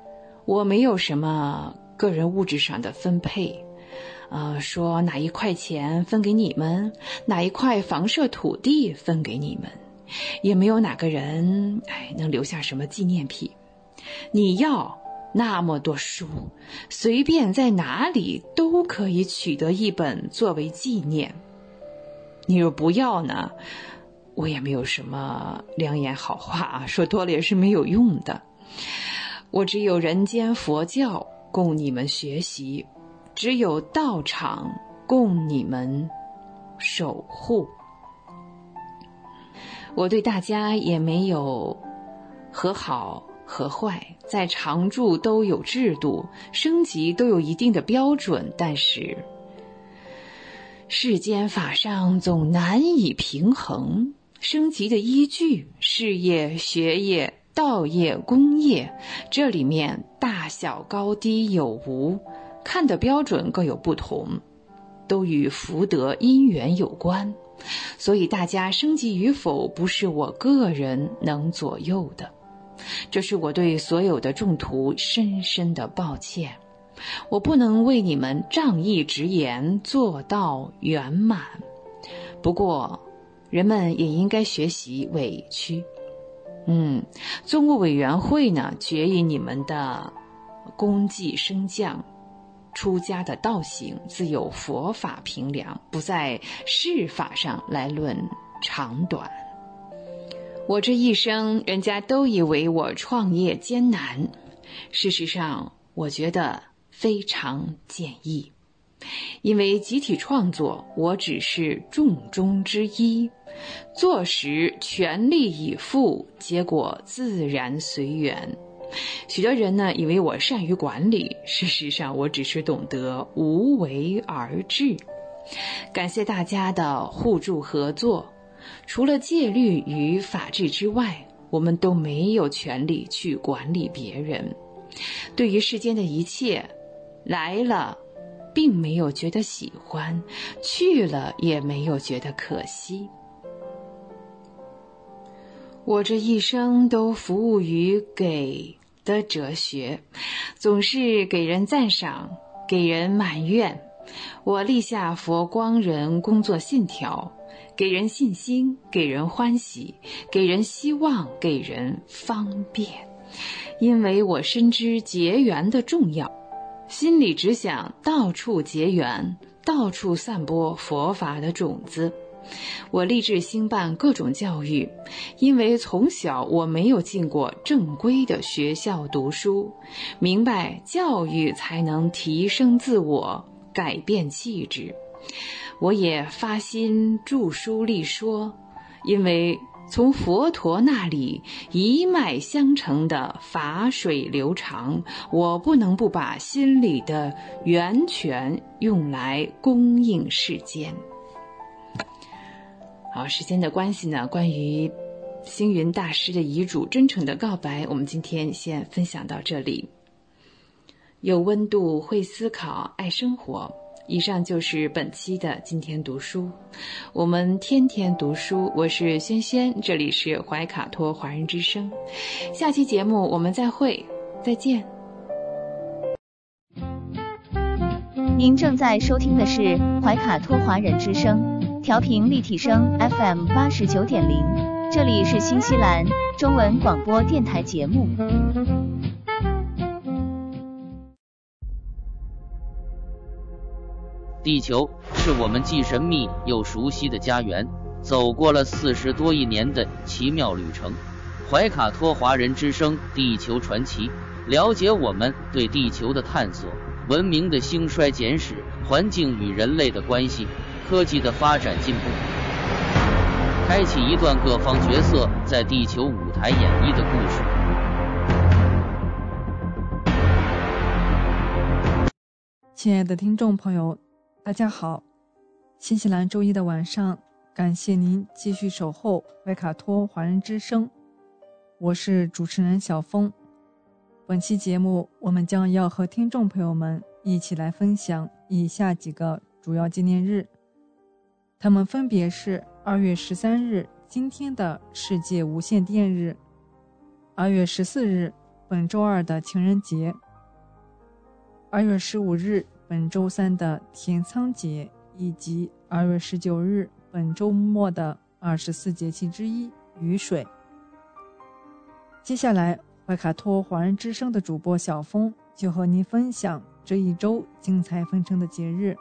我没有什么个人物质上的分配，呃，说哪一块钱分给你们，哪一块房舍土地分给你们，也没有哪个人哎能留下什么纪念品。你要那么多书，随便在哪里都可以取得一本作为纪念。你若不要呢，我也没有什么良言好话啊，说多了也是没有用的。我只有人间佛教供你们学习，只有道场供你们守护。我对大家也没有和好和坏，在常住都有制度，升级都有一定的标准，但是世间法上总难以平衡。升级的依据，事业、学业、道业、功业，这里面大小高低有无，看的标准各有不同，都与福德因缘有关。所以大家升级与否，不是我个人能左右的。这是我对所有的众徒深深的抱歉，我不能为你们仗义直言，做到圆满。不过人们也应该学习委屈。嗯，宗务委员会呢，决议你们的功绩升降，出家的道行自有佛法评量，不在事法上来论长短。我这一生，人家都以为我创业艰难，事实上我觉得非常简易。因为集体创作，我只是众中之一，做时全力以赴，结果自然随缘。许多人呢以为我善于管理，事实上我只是懂得无为而治。感谢大家的互助合作，除了戒律与法治之外，我们都没有权利去管理别人。对于世间的一切，来了并没有觉得喜欢，去了也没有觉得可惜。我这一生都服务于给的哲学，总是给人赞赏，给人埋怨。我立下佛光人工作信条，给人信心，给人欢喜，给人希望，给人方便。因为我深知结缘的重要，心里只想到处结缘，到处散播佛法的种子。我立志兴办各种教育，因为从小我没有进过正规的学校读书，明白教育才能提升自我，改变气质。我也发心著书立说，因为从佛陀那里一脉相承的法水流长，我不能不把心里的源泉用来供应世间。好，时间的关系呢，关于星云大师的遗嘱真诚的告白，我们今天先分享到这里。有温度，会思考，爱生活。以上就是本期的今天读书，我们天天读书，我是轩轩，这里是怀卡托华人之声。下期节目我们再会，再见。 您正在收听的是怀卡托华人之声，调频立体声 F M 八十九点零，这里是新西兰中文广播电台节目。 地球是我们既神秘又熟悉的家园，走过了四十多亿年的奇妙旅程。怀卡托华人之声地球传奇，了解我们对地球的探索，文明的兴衰简史，环境与人类的关系，科技的发展进步，开启一段各方角色在地球舞台演绎的故事。 亲爱的听众朋友，大家好，新西兰周一的晚上，感谢您继续守候怀卡托华人之声，我是主持人小峰。本期节目我们将要和听众朋友们一起来分享以下几个主要纪念日，它们分别是二月十三日今天的世界无线电日，二月十四日本周二的情人节， 二月十五日本周三的天仓节，以及二月十九日本周末的二十四节气之一雨水。接下来怀卡托华人之声的主播小峰就和您分享这一周精彩纷呈的节日。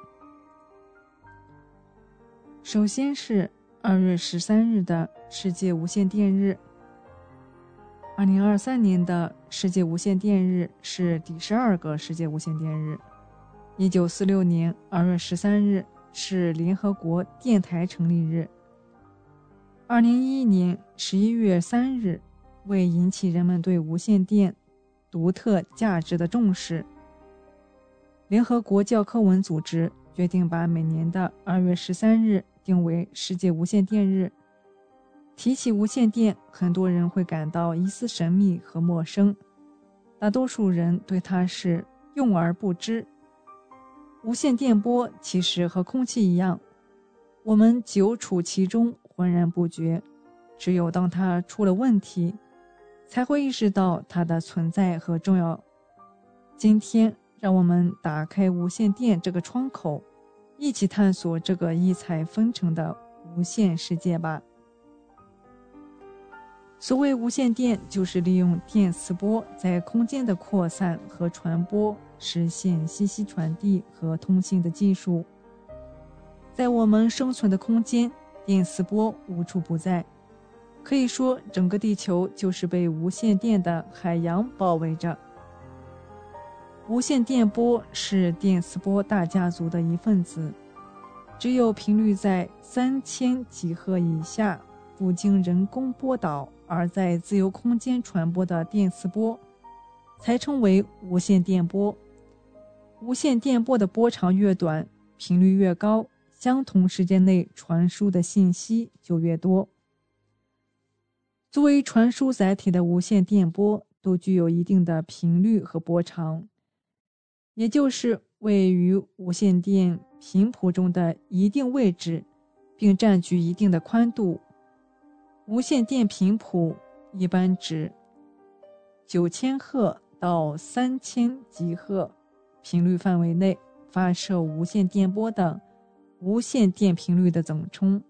首先是二月十三日的世界无线电日。二零二三年的世界无线电日是第十二个世界无线电日。一九四六年二月十三日是联合国电台成立日。二零一一年十一月三日，为引起人们对无线电独特价值的重视，联合国教科文组织决定把每年的二月十三日定为世界无线电日。提起无线电，很多人会感到一丝神秘和陌生，大多数人对它是用而不知。无线电波其实和空气一样，我们久处其中浑然不觉，只有当它出了问题，才会意识到它的存在和重要。今天让我们打开无线电这个窗口，一起探索这个异彩纷呈的无线世界吧。所谓无线电，就是利用电磁波在空间的扩散和传播，实现信息传递和通信的技术。在我们生存的空间，电磁波无处不在，可以说整个地球就是被无线电的海洋包围着。无线电波是电磁波大家族的一份子，只有频率在三千吉赫以下，不经人工波导而在自由空间传播的电磁波才称为无线电波。无线电波的波长越短，频率越高，相同时间内传输的信息就越多。作为传输载体的无线电波都具有一定的频率和波长，也就是位于无线电频谱中的一定位置，并占据一定的宽度。无线电频谱一般指九千赫到三千吉赫频率范围内发射无线电波的无线电频率的总称。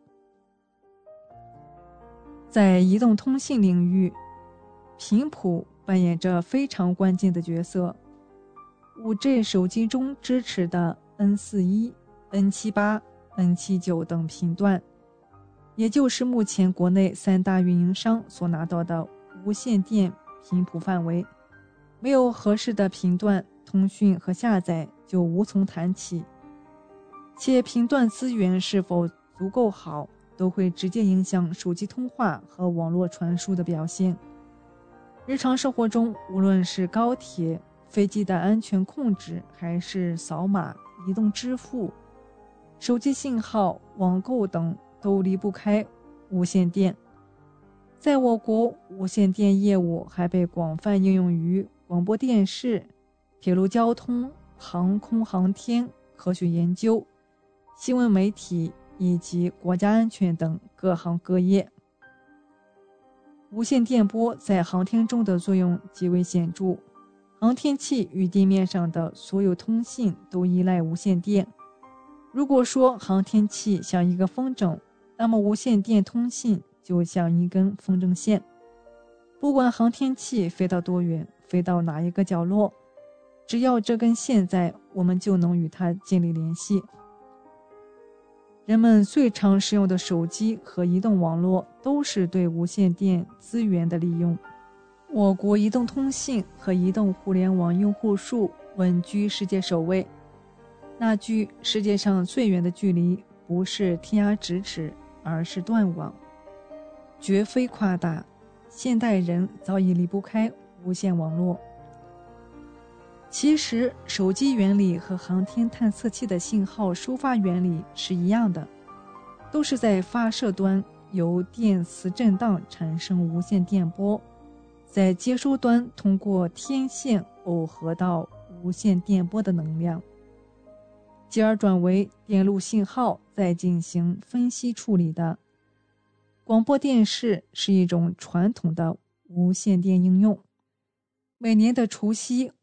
在移动通信领域，频谱扮演着非常关键的角色。五 G 手机中支持的 N 四十一、N 七十八、N 七十九 等频段，也就是目前国内三大运营商所拿到的无线电频谱范围。没有合适的频段，通讯和下载就无从谈起，且频段资源是否足够好，都会直接影响手机通话和网络传输的表现。日常生活中，无论是高铁、飞机的安全控制，还是扫码、移动支付、手机信号、网购等，都离不开无线电。在我国，无线电业务还被广泛应用于广播电视、铁路交通、航空航天、科学研究、新闻媒体以及国家安全等各行各业。无线电波在航天中的作用极为显著，航天器与地面上的所有通信都依赖无线电。如果说航天器像一个风筝，那么无线电通信就像一根风筝线。不管航天器飞到多远，飞到哪一个角落，只要这根线在，我们就能与它建立联系。人们最常使用的手机和移动网络都是对无线电资源的利用。我国移动通信和移动互联网用户数稳居世界首位。那句世界上最远的距离不是天涯咫尺，而是断网，绝非夸大。现代人早已离不开无线网络。其实手机原理和航天探测器的信号收发原理是一样的，都是在发射端由电磁震荡产生无线电波，在接收端通过天线耦合到无线电波的能量，继而转为电路信号，再进行分析处理的。广播电视是一种传统的无线电应用。每年的除夕，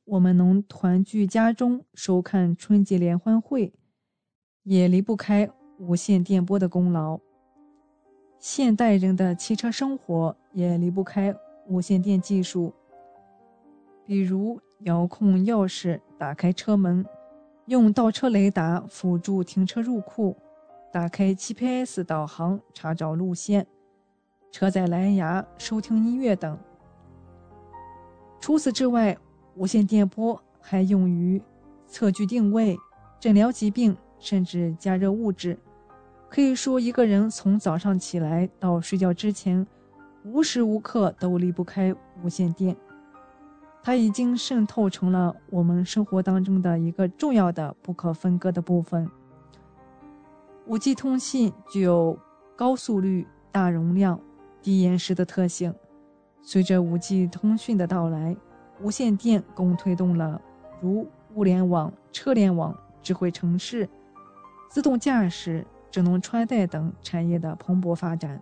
我们能团聚家中收看春节联欢会，也离不开无线电波的功劳。现代人的汽车生活也离不开无线电技术，比如遥控钥匙打开车门，用倒车雷达辅助停车入库，打开 G P S 导航查找路线，车载蓝牙收听音乐等。除此之外，无线电波还用于测距定位、诊疗疾病，甚至加热物质。可以说，一个人从早上起来到睡觉之前，无时无刻都离不开无线电。它已经渗透成了我们生活当中的一个重要的不可分割的部分。五 G 通信具有高速率、大容量、低延时的特性。随着 五 G 通讯的到来，无线电共推动了如物联网、车联网、智慧城市、自动驾驶、智能穿戴等产业的蓬勃发展。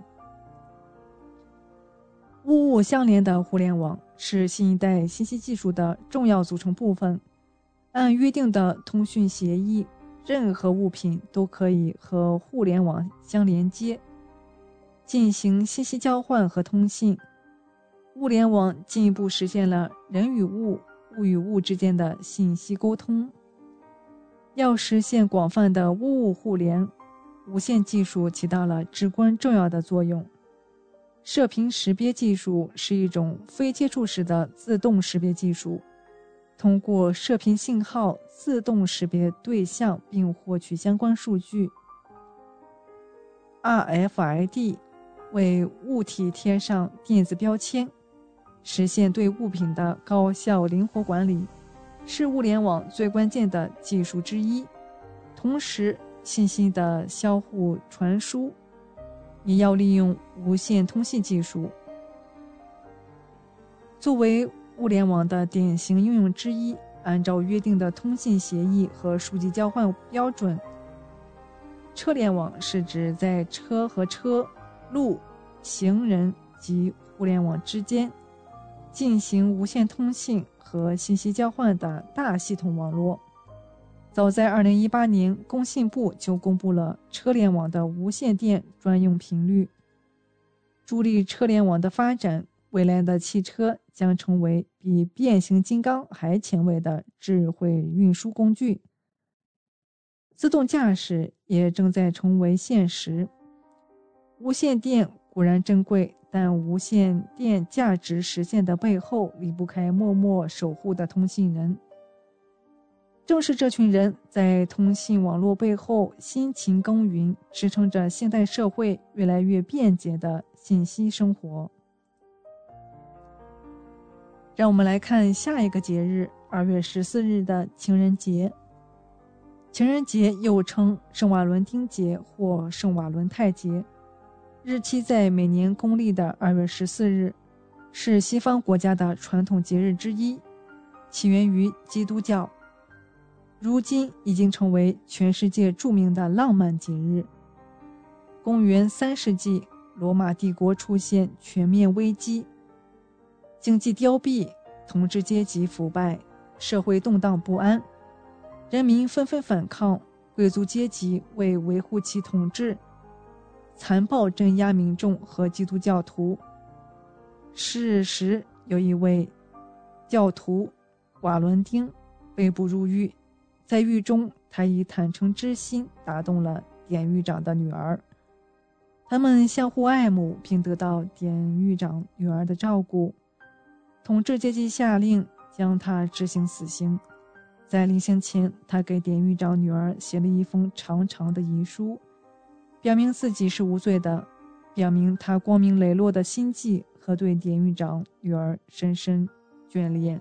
物物相连的互联网是新一代信息技术的重要组成部分。按约定的通讯协议，任何物品都可以和互联网相连接，进行信息交换和通信。物联网进一步实现了人与物、物与物之间的信息沟通。要实现广泛的物物互联，无线技术起到了至关重要的作用。射频识别技术是一种非接触式的自动识别技术，通过射频信号自动识别对象并获取相关数据。R F I D 为物体贴上电子标签，实现对物品的高效灵活管理，是物联网最关键的技术之一。同时，信息的相互传输也要利用无线通信技术。作为物联网的典型应用之一，按照约定的通信协议和数据交换标准，车联网是指在车和车、路、行人及互联网之间进行无线通信和信息交换的大系统网络。早在二零一八年，工信部就公布了车联网的无线电专用频率，助力车联网的发展。未来的汽车将成为比变形金刚还前卫的智慧运输工具。自动驾驶也正在成为现实。无线电固然珍贵，但无线电价值实现的背后离不开默默守护的通信人。正是这群人在通信网络背后辛勤耕耘，支撑着现代社会越来越便捷的信息生活。让我们来看下一个节日，二月十四日的情人节。情人节又称圣瓦伦丁节或圣瓦伦泰节，日期在每年公历的二月十四日，是西方国家的传统节日之一，起源于基督教，如今已经成为全世界著名的浪漫节日。公元三世纪，罗马帝国出现全面危机，经济凋敝，统治阶级腐败，社会动荡不安，人民纷纷反抗，贵族阶级为维护其统治，残暴镇压民众和基督教徒。是时有一位教徒瓦伦丁被捕入狱，在狱中他以坦诚之心打动了典狱长的女儿，他们相互爱慕，并得到典狱长女儿的照顾。统治阶级下令将他执行死刑，在临行前，他给典狱长女儿写了一封长长的遗书，表明自己是无罪的，表明他光明磊落的心迹和对典狱长女儿深深眷恋。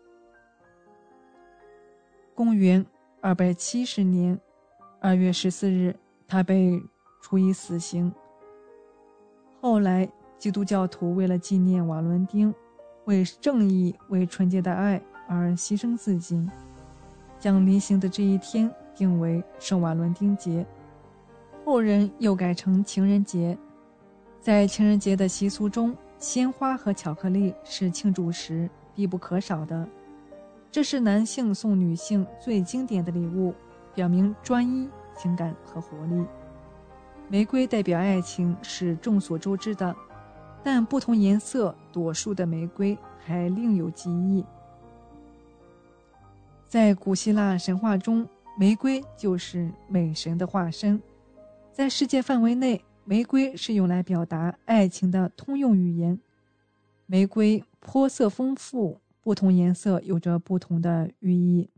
公元二百七十年二月十四日，他被处以死刑。后来，基督教徒为了纪念瓦伦丁为正义、为纯洁的爱而牺牲自己，将临行的这一天定为圣瓦伦丁节，后人又改成情人节。在情人节的习俗中，鲜花和巧克力是庆祝时必不可少的。 这是男性送女性最经典的礼物，表明专一、情感和活力。玫瑰代表爱情是众所周知的，但不同颜色朵数的玫瑰还另有记忆。在古希腊神话中，玫瑰就是美神的化身。在世界范围内，玫瑰是用来表达爱情的通用语言。玫瑰颇色丰富，不同颜色有着不同的寓意。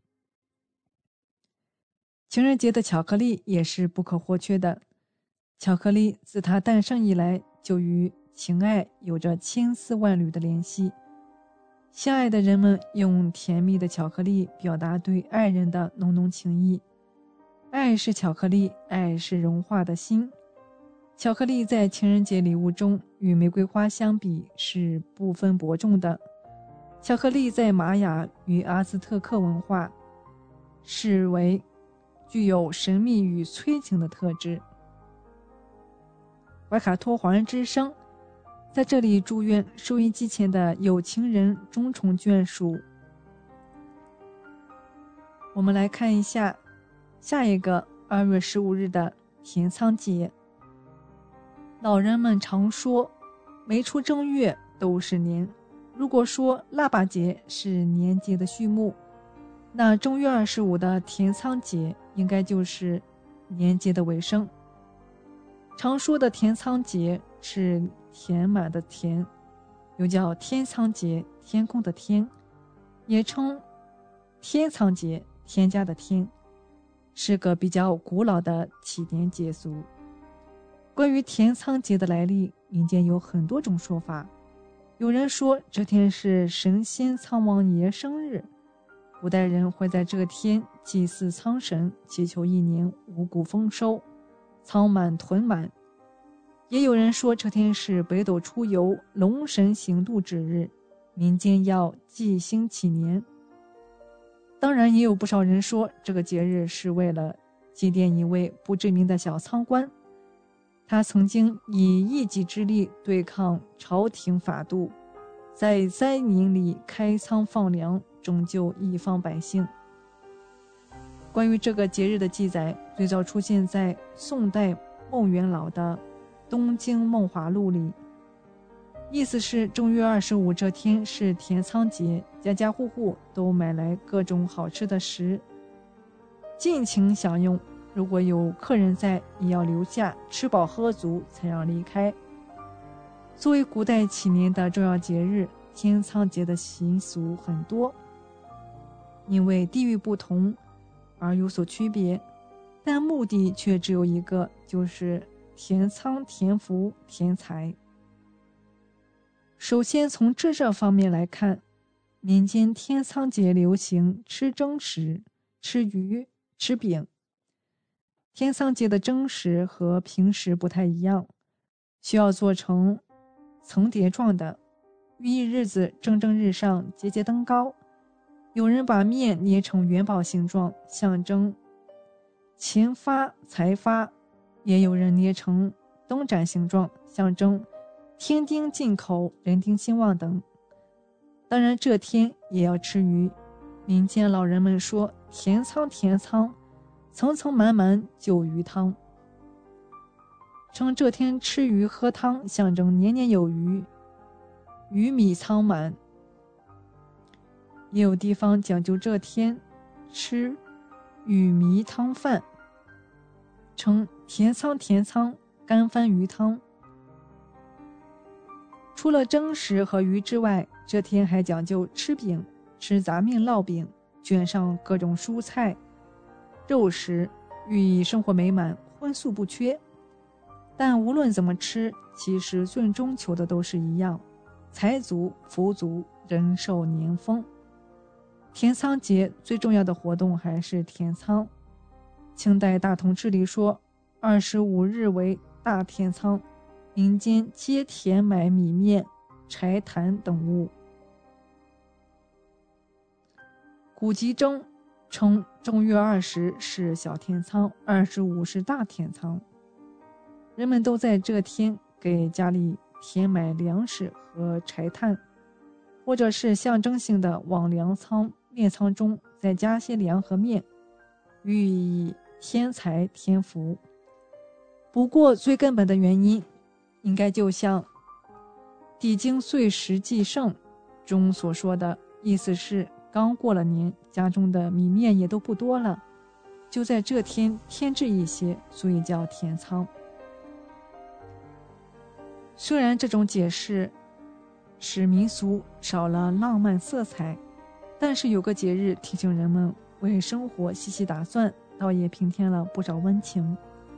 情人节的巧克力也是不可或缺的。巧克力自它诞生以来，就与情爱有着千丝万缕的联系。相爱的人们用甜蜜的巧克力表达对爱人的浓浓情谊。爱是巧克力，爱是融化的心。巧克力在情人节礼物中与玫瑰花相比是不分伯仲的。巧克力在玛雅与阿兹特克文化视为具有神秘与催情的特质。怀卡托华人之声在这里祝愿收音机前的有情人终成眷属。我们来看一下下一个二月十五日的田仓节。老人们常说，每出正月都是年。如果说腊八节是年节的序幕，那正月二十五的田仓节应该就是年节的尾声。常说的田仓节是填满的填，又叫天仓节，天空的天，也称天仓节，添加的添，是个比较古老的起点节俗。关于田仓节的来历，民间有很多种说法。有人说这天是神仙仓王爷生日，古代人会在这天祭祀仓神，祈求一年五谷丰收，仓满屯满。也有人说这天是北斗出游，龙神行渡之日，民间要祭星祈年。当然也有不少人说这个节日是为了祭奠一位不知名的小仓官，他曾经以一己之力对抗朝廷法度，在灾民里开仓放粮，拯救一方百姓。关于这个节日的记载，最早出现在宋代孟元老的《东京梦华录》里，意思是正月二十五这天是田仓节，家家户户都买来各种好吃的食，尽情享用。如果有客人在，也要留下吃饱喝足才让离开。作为古代起年的重要节日，田仓节的习俗很多，因为地域不同而有所区别，但目的却只有一个，就是填仓、填福、填财。首先从吃这方面来看，民间田仓节流行吃蒸食、吃鱼、吃饼。田仓节的蒸食和平时不太一样，需要做成层叠状的，寓意日子蒸蒸日上，节节登高。有人把面捏成元宝形状，象征钱发财发；也有人捏成灯盏形状，象征天丁进口，人丁兴旺等。当然这天也要吃鱼。民间老人们说，田仓田仓，层层满满就鱼汤，称这天吃鱼喝汤，象征年年有余，鱼米仓满。也有地方讲究这天吃鱼米汤饭，称田仓田仓干翻鱼汤。除了蒸食和鱼之外，这天还讲究吃饼，吃杂面烙饼，卷上各种蔬菜肉食，寓意生活美满，荤素不缺。但无论怎么吃，其实最终求的都是一样，财足福足，人寿年丰。田仓节最重要的活动还是填仓。清代大同志里说，二十五日为大填仓，民间皆填买米面、柴炭等物。古籍中称正月二十是小田仓，二十五是大田仓。人们都在这天给家里填买粮食和柴炭，或者是象征性的往粮仓炼仓中再加些粮和面，予以添财添福。不过最根本的原因，应该就像《抵经岁时祭圣》中所说的，意思是刚过了年，家中的米面也都不多了，就在这天添置一些，所以叫添仓。虽然这种解释使民俗少了浪漫色彩，但是有个节日提醒人们为生活细细打算，倒也平添了不少温情。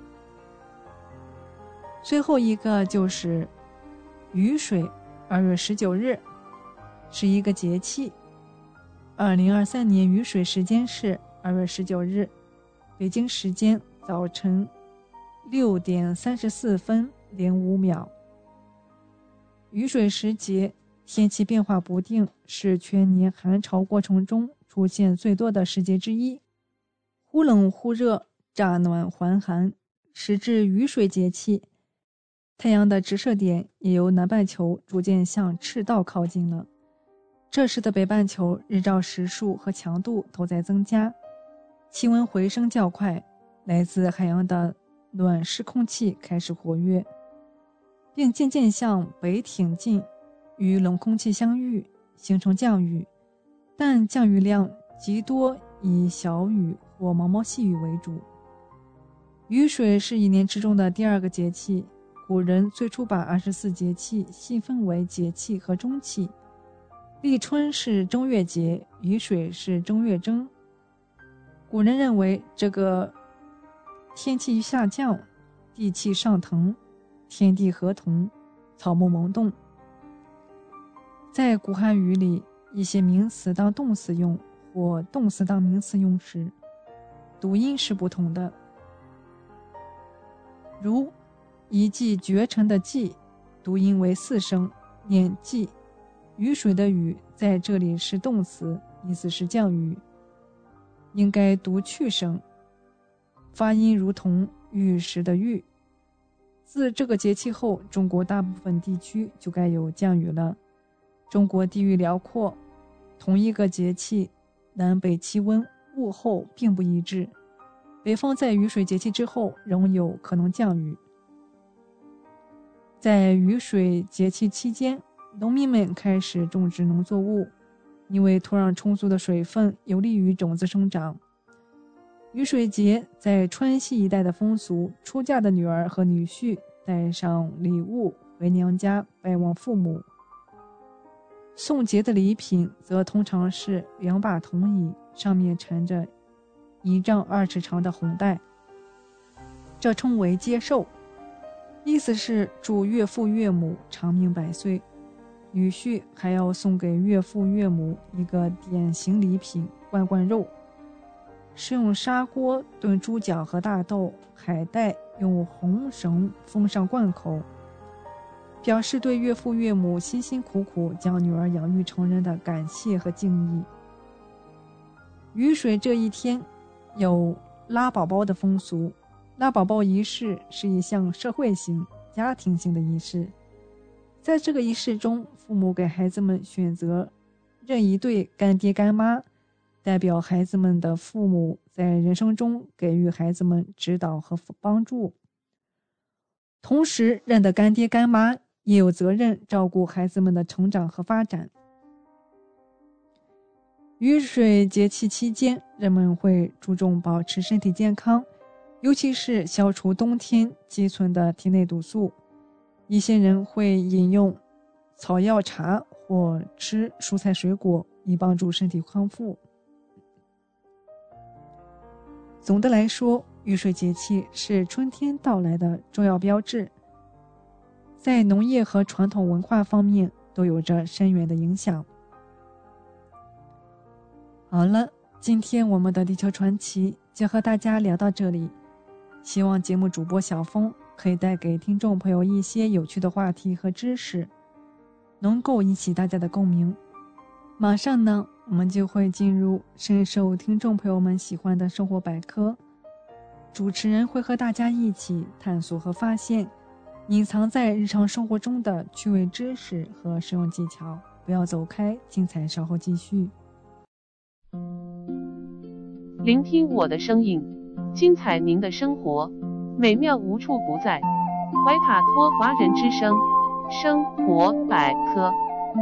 最后一个就是雨水，二月十九日是一个节气。二零二三年雨水时间是二月十九日，北京时间早晨六点三十四分零五秒。雨水时节，天气变化不定，是全年寒潮过程中出现最多的时节之一，忽冷忽热，乍暖还寒，时至雨水节气，太阳的直射点也由南半球逐渐向赤道靠近了。这时的北半球日照时数和强度都在增加，气温回升较快，来自海洋的暖湿空气开始活跃，并渐渐向北挺进，与冷空气相遇，形成降雨，但降雨量极多以小雨或毛毛细雨为主。雨水是一年之中的第二个节气，古人最初把二十四节气细分为节气和中气，立春是正月节，雨水是正月征。古人认为这个天气下降，地气上腾，天地合同，草木萌动。在古汉语里，一些名词当动词用或动词当名词用时，读音是不同的。如一骑绝尘的骑，读音为四声，念骑。雨水的雨在这里是动词，意思是降雨，应该读去声，发音如同玉石的玉。自这个节气后，中国大部分地区就该有降雨了。中国地域辽阔，同一个节气，南北气温、物候并不一致，北方在雨水节气之后仍有可能降雨。在雨水节气期间，农民们开始种植农作物，因为土壤充足的水分有利于种子生长。雨水节在川西一带的风俗，出嫁的女儿和女婿带上礼物回娘家拜望父母。送节的礼品则通常是两把铜椅，上面缠着一丈二尺长的红带，这称为接寿，意思是祝岳父岳母长命百岁。女婿还要送给岳父岳母一个典型礼品罐罐肉，是用砂锅炖猪脚和大豆，海带用红绳封上罐口，表示对岳父岳母辛辛苦苦将女儿养育成人的感谢和敬意。雨水这一天有拉宝宝的风俗，拉宝宝仪式是一项社会性、家庭性的仪式。在这个仪式中，父母给孩子们选择任一对干爹干妈，代表孩子们的父母在人生中给予孩子们指导和帮助。同时，认的干爹干妈也有责任照顾孩子们的成长和发展。雨水节气期间，人们会注重保持身体健康，尤其是消除冬天积存的体内毒素。一些人会饮用草药茶或吃蔬菜水果，以帮助身体康复。总的来说，雨水节气是春天到来的重要标志，在农业和传统文化方面都有着深远的影响。好了，今天我们的地球传奇就和大家聊到这里，希望节目主播小峰可以带给听众朋友一些有趣的话题和知识，能够引起大家的共鸣。马上呢，我们就会进入深受听众朋友们喜欢的生活百科，主持人会和大家一起探索和发现隐藏在日常生活中的趣味知识和实用技巧。不要走开，精彩稍后继续。 聆听我的声音，精彩您的生活，美妙无处不在。怀卡托华人之声，生活百科。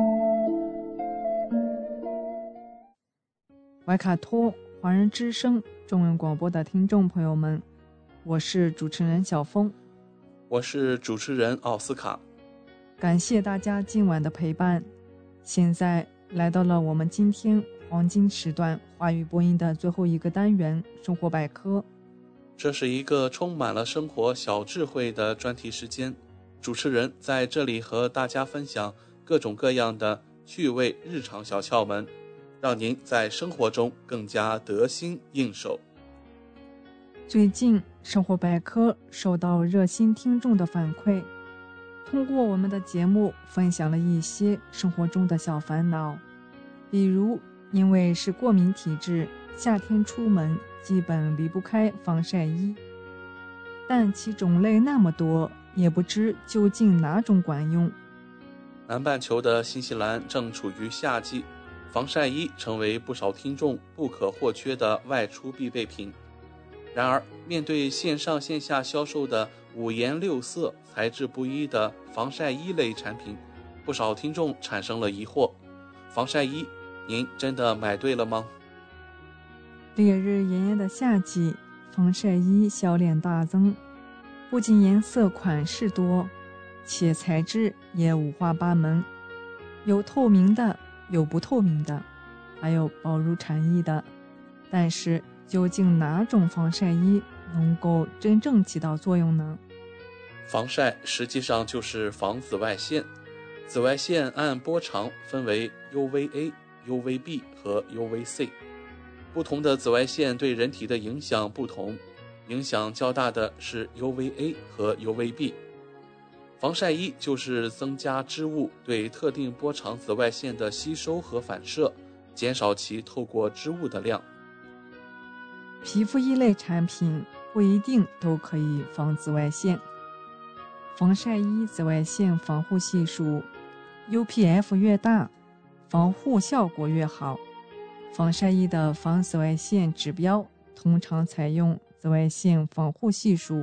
怀卡托华人之声中文广播的听众朋友们，我是主持人小峰， 我是主持人奥斯卡。 感谢大家今晚的陪伴。现在来到了我们今天黄金时段华语播音的最后一个单元生活百科。 这是一个充满了生活小智慧的专题时间，主持人在这里和大家分享各种各样的趣味日常小窍门，让您在生活中更加得心应手。 最近生活百科受到热心听众的反馈，通过我们的节目分享了一些生活中的小烦恼，比如因为是过敏体质，夏天出门基本离不开防晒衣，但其种类那么多，也不知究竟哪种管用。 南半球的新西兰正处于夏季，防晒衣成为不少听众不可或缺的外出必备品。然而，面对线上线下销售的五颜六色、材质不一的防晒衣类产品，不少听众产生了疑惑：防晒衣，您真的买对了吗？ 烈日炎炎的夏季，防晒衣销量大增，不仅颜色款式多，且材质也五花八门，有透明的，有不透明的，还有薄如蝉翼的。但是究竟哪种防晒衣能够真正起到作用呢？ 防晒实际上就是防紫外线，紫外线按波长分为 U V A、U V B 和 U V C， 不同的紫外线对人体的影响不同，影响较大的是 U V A 和 U V B。 防晒衣就是增加织物对特定波长紫外线的吸收和反射，减少其透过织物的量。 皮肤衣类产品不一定都可以防紫外线，防晒衣紫外线防护系数 U P F 越大，防护效果越好。防晒衣的防紫外线指标通常采用紫外线防护系数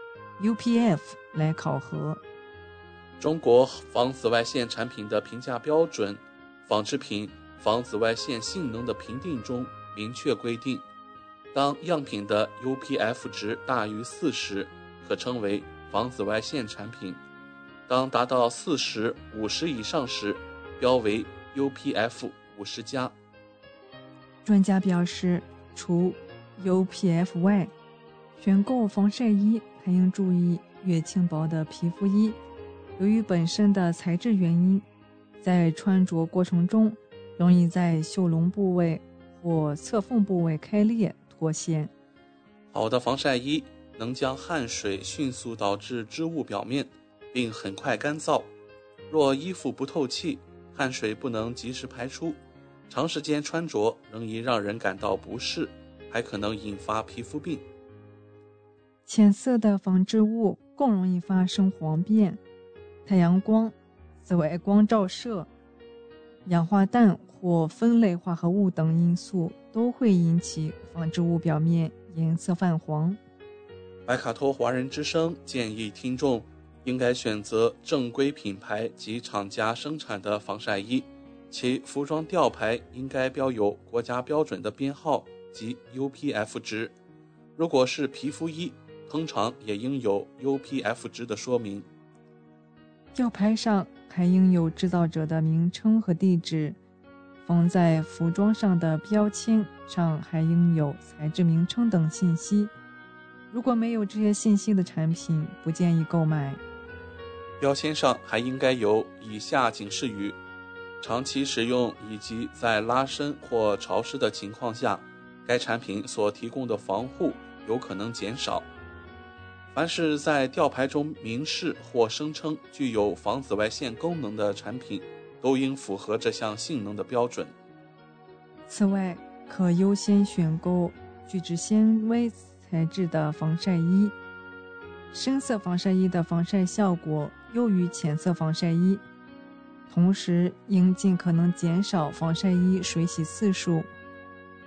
U P F 来考核。 中国防紫外线产品的评价标准《纺织品防紫外线性能的评定》中明确规定，当样品的 U P F 值大于四十，可称为防紫外线产品；当达到四十、五十以上时，标为 U P F 五十加。 专家表示，除 U P F 外，选购防晒衣还应注意越轻薄的皮肤衣，由于本身的材质原因，在穿着过程中容易在袖笼部位或侧缝部位开裂脱线。 好的防晒衣能将汗水迅速导至织物表面，并很快干燥。若衣服不透气，汗水不能及时排出，长时间穿着容易让人感到不适，还可能引发皮肤病。 浅色的纺织物更容易发生黄变，太阳光、紫外光照射、氧化氮或酚类化合物等因素都会引起纺织物表面颜色泛黄。 怀卡托华人之声建议听众应该选择正规品牌及厂家生产的防晒衣，其服装吊牌应该标有国家标准的编号及 U P F 值。如果是皮肤衣，通常也应有 U P F 值的说明。 吊牌上还应有制造者的名称和地址，放在服装上的标签上还应有材质名称等信息。如果没有这些信息的产品，不建议购买。 标签上还应该有以下警示语：长期使用以及在拉伸或潮湿的情况下，该产品所提供的防护有可能减少。凡是在吊牌中明示或声称具有防紫外线功能的产品，都应符合这项性能的标准。 此外，可优先选购聚酯纤维材质的防晒衣。深色防晒衣的防晒效果优于浅色防晒衣，同时应尽可能减少防晒衣水洗次数。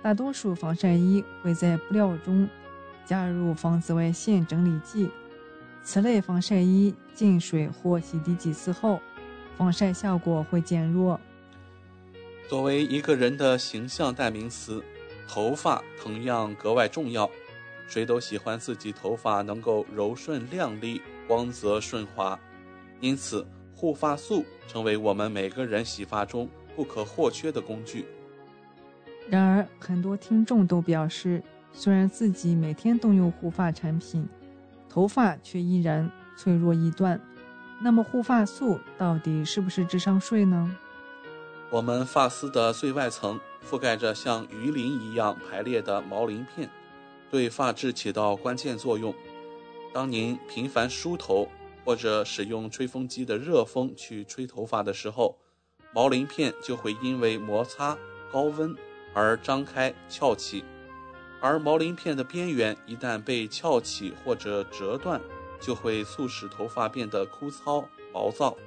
大多数防晒衣会在布料中加入防紫外线整理剂，此类防晒衣浸水或洗涤几次后，防晒效果会减弱。 作为一个人的形象代名词，头发同样格外重要。谁都喜欢自己头发能够柔顺亮丽、光泽顺滑，因此护发素成为我们每个人洗发中不可或缺的工具。 然而，很多听众都表示，虽然自己每天都用护发产品，头发却依然脆弱易断。那么护发素到底是不是智商税呢？ 我们发丝的最外层覆盖着像鱼鳞一样排列的毛鳞片，对发质起到关键作用。当您频繁梳头或者使用吹风机的热风去吹头发的时候，毛鳞片就会因为摩擦、高温而张开翘起，而毛鳞片的边缘一旦被翘起或者折断，就会促使头发变得枯燥毛躁。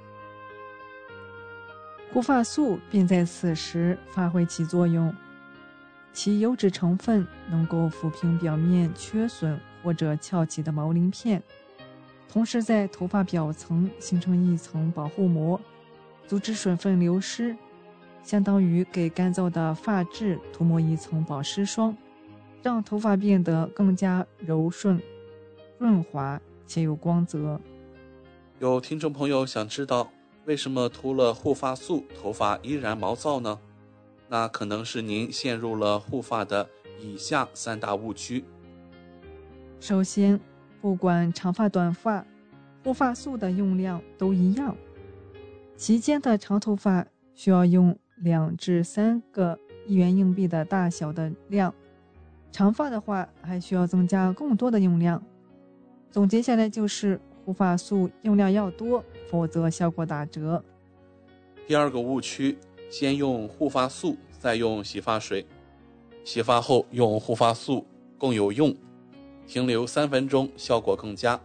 护发素便在此时发挥其作用，其油脂成分能够抚平表面缺损或者翘起的毛鳞片，同时在头发表层形成一层保护膜，阻止水分流失，相当于给干燥的发质涂抹一层保湿霜，让头发变得更加柔顺、润滑且有光泽。 有听众朋友想知道，为什么涂了护发素头发依然毛躁呢？那可能是您陷入了护发的以下三大误区。 首先，不管长发短发，护发素的用量都一样。期间的长头发需要用两至三个一元硬币的大小的量，长发的话还需要增加更多的用量。总结下来就是护发素用量要多，否则效果打折。 第二个误区，先用护发素再用洗发水，洗发后用护发素更有用，停留三分钟效果更佳。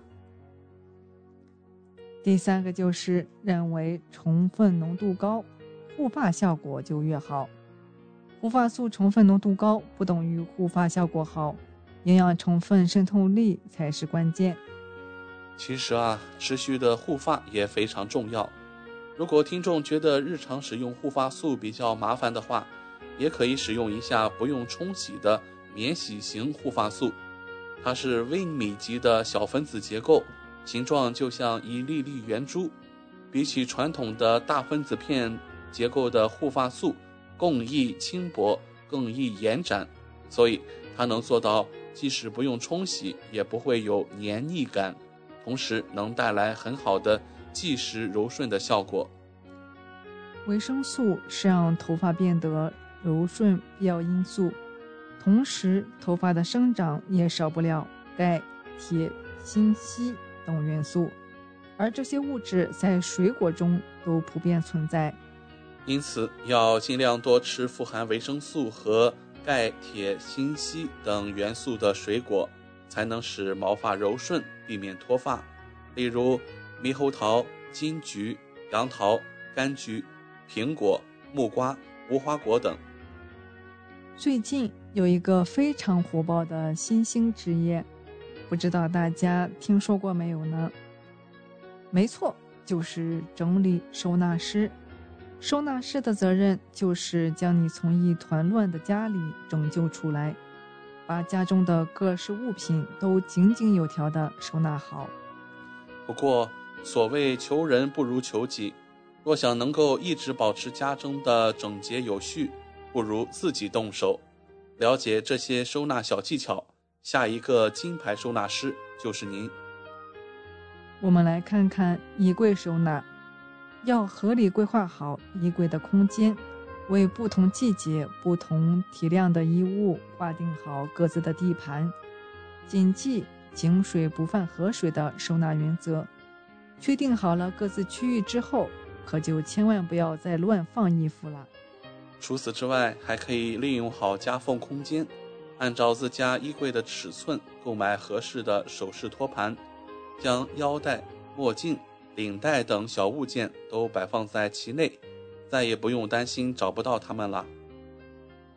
第三个就是认为成分浓度高，护发效果就越好。护发素成分浓度高不等于护发效果好，营养成分渗透力才是关键。 其实啊，持续的护发也非常重要。如果听众觉得日常使用护发素比较麻烦的话，也可以使用一下不用冲洗的免洗型护发素。它是微米级的小分子结构，形状就像一粒粒圆珠，比起传统的大分子片结构的护发素更易轻薄，更易延展，所以它能做到即使不用冲洗也不会有黏腻感，同时能带来很好的即时柔顺的效果。 维生素是让头发变得柔顺必要因素，同时头发的生长也少不了钙、铁、锌、硒等元素，而这些物质在水果中都普遍存在。 因此要尽量多吃富含维生素和钙、铁、锌、硒等元素的水果，才能使毛发柔顺，避免脱发。例如猕猴桃、金桔、杨桃、柑橘、苹果、木瓜、无花果等。 最近有一个非常火爆的新兴职业，不知道大家听说过没有呢？没错，就是整理收纳师。收纳师的责任就是将你从一团乱的家里拯救出来，把家中的各式物品都井井有条地收纳好。 不过所谓求人不如求己，若想能够一直保持家中的整洁有序，不如自己动手。了解这些收纳小技巧，下一个金牌收纳师就是您。 我们来看看衣柜收纳，要合理规划好衣柜的空间，为不同季节、不同体量的衣物划定好各自的地盘，谨记井水不犯河水的收纳原则。确定好了各自区域之后，可就千万不要再乱放衣服了。 除此之外，还可以利用好夹缝空间，按照自家衣柜的尺寸购买合适的首饰托盘，将腰带、墨镜、领带等小物件都摆放在其内，再也不用担心找不到它们了。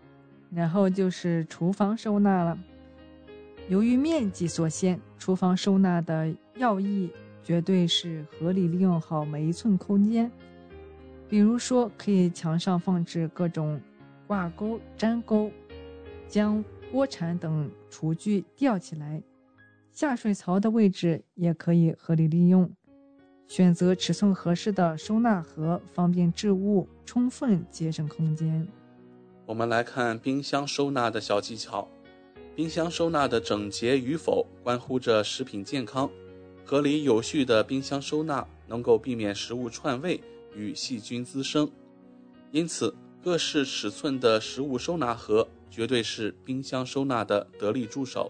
然后就是厨房收纳了。由于面积所限，厨房收纳的要义绝对是合理利用好每一寸空间。比如说，可以墙上放置各种挂钩、粘钩，将锅铲等厨具吊起来。下水槽的位置也可以合理利用，选择尺寸合适的收纳盒，方便置物，充分节省空间。 我们来看冰箱收纳的小技巧。冰箱收纳的整洁与否，关乎着食品健康。合理有序的冰箱收纳能够避免食物串味与细菌滋生，因此各式尺寸的食物收纳盒绝对是冰箱收纳的得力助手。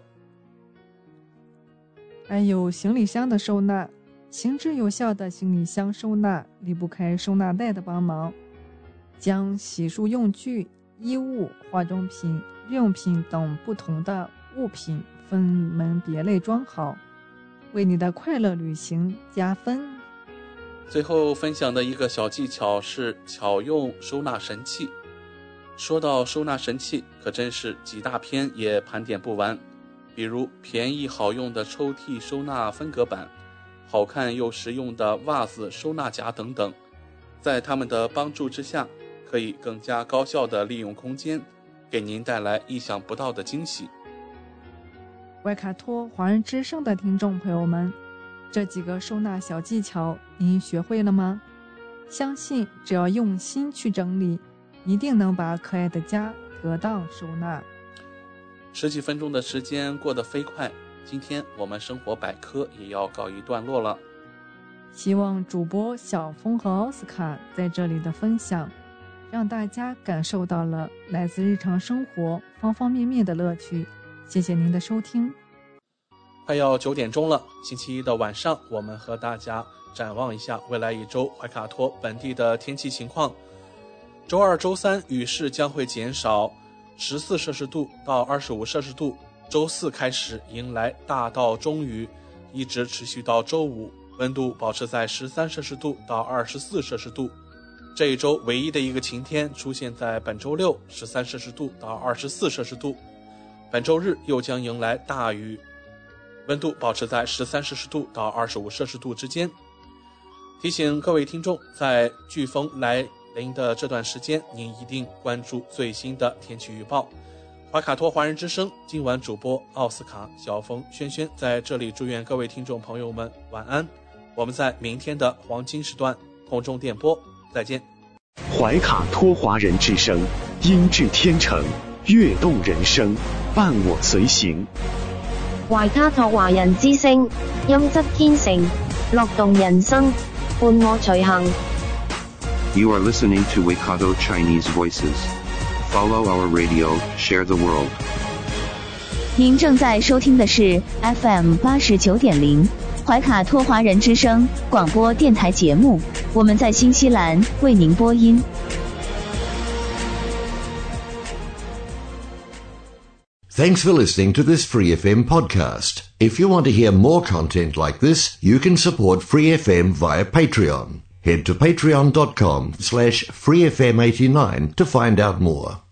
还有行李箱的收纳，行之有效的行李箱收纳离不开收纳袋的帮忙，将洗漱用具、衣物、化妆品、日用品等不同的物品分门别类装好，为你的快乐旅行加分。 最后分享的一个小技巧是巧用收纳神器。说到收纳神器，可真是几大篇也盘点不完。比如便宜好用的抽屉收纳分隔板，好看又实用的袜子收纳夹等等，在他们的帮助之下，可以更加高效地利用空间，给您带来意想不到的惊喜。 怀卡托华人之声的听众朋友们，这几个收纳小技巧您学会了吗？相信只要用心去整理，一定能把可爱的家得当收纳。 十几分钟的时间过得飞快，今天我们生活百科也要告一段落了。 希望主播小峰和奥斯卡在这里的分享，让大家感受到了来自日常生活方方面面的乐趣。谢谢您的收听。 快要九点钟了，星期一的晚上，我们和大家展望一下未来一周怀卡托本地的天气情况。周二、周三雨势将会减少十四摄氏度到二十五摄氏度，周四开始迎来大到中雨，一直持续到周五，温度保持在十三摄氏度到二十四摄氏度。这一周唯一的一个晴天出现在本周六，十三摄氏度到二十四摄氏度。本周日又将迎来大雨，温度保持在十三摄氏度到二十五摄氏度之间。提醒各位听众，在飓风来临的这段时间，您一定关注最新的天气预报。怀卡托华人之声今晚主播奥斯卡、小峰、轩轩在这里祝愿各位听众朋友们晚安。我们在明天的黄金时段空中电波再见。 怀卡托华人之声，音质天成，悦动人生，伴我隨行。 懷卡托華人之聲，音質天成，樂動人生，伴我隨行。 You are listening to Waikato Chinese Voices. Follow our radio, share the world. 您正在收听的是 F M 八十九点零怀卡托华人之声广播电台节目，我们在新西兰为您播音。 Thanks for listening to this Free F M podcast. If you want to hear more content like this, you can support Free F M via Patreon. Head to patreon dot com slash free f m eighty nine to find out more.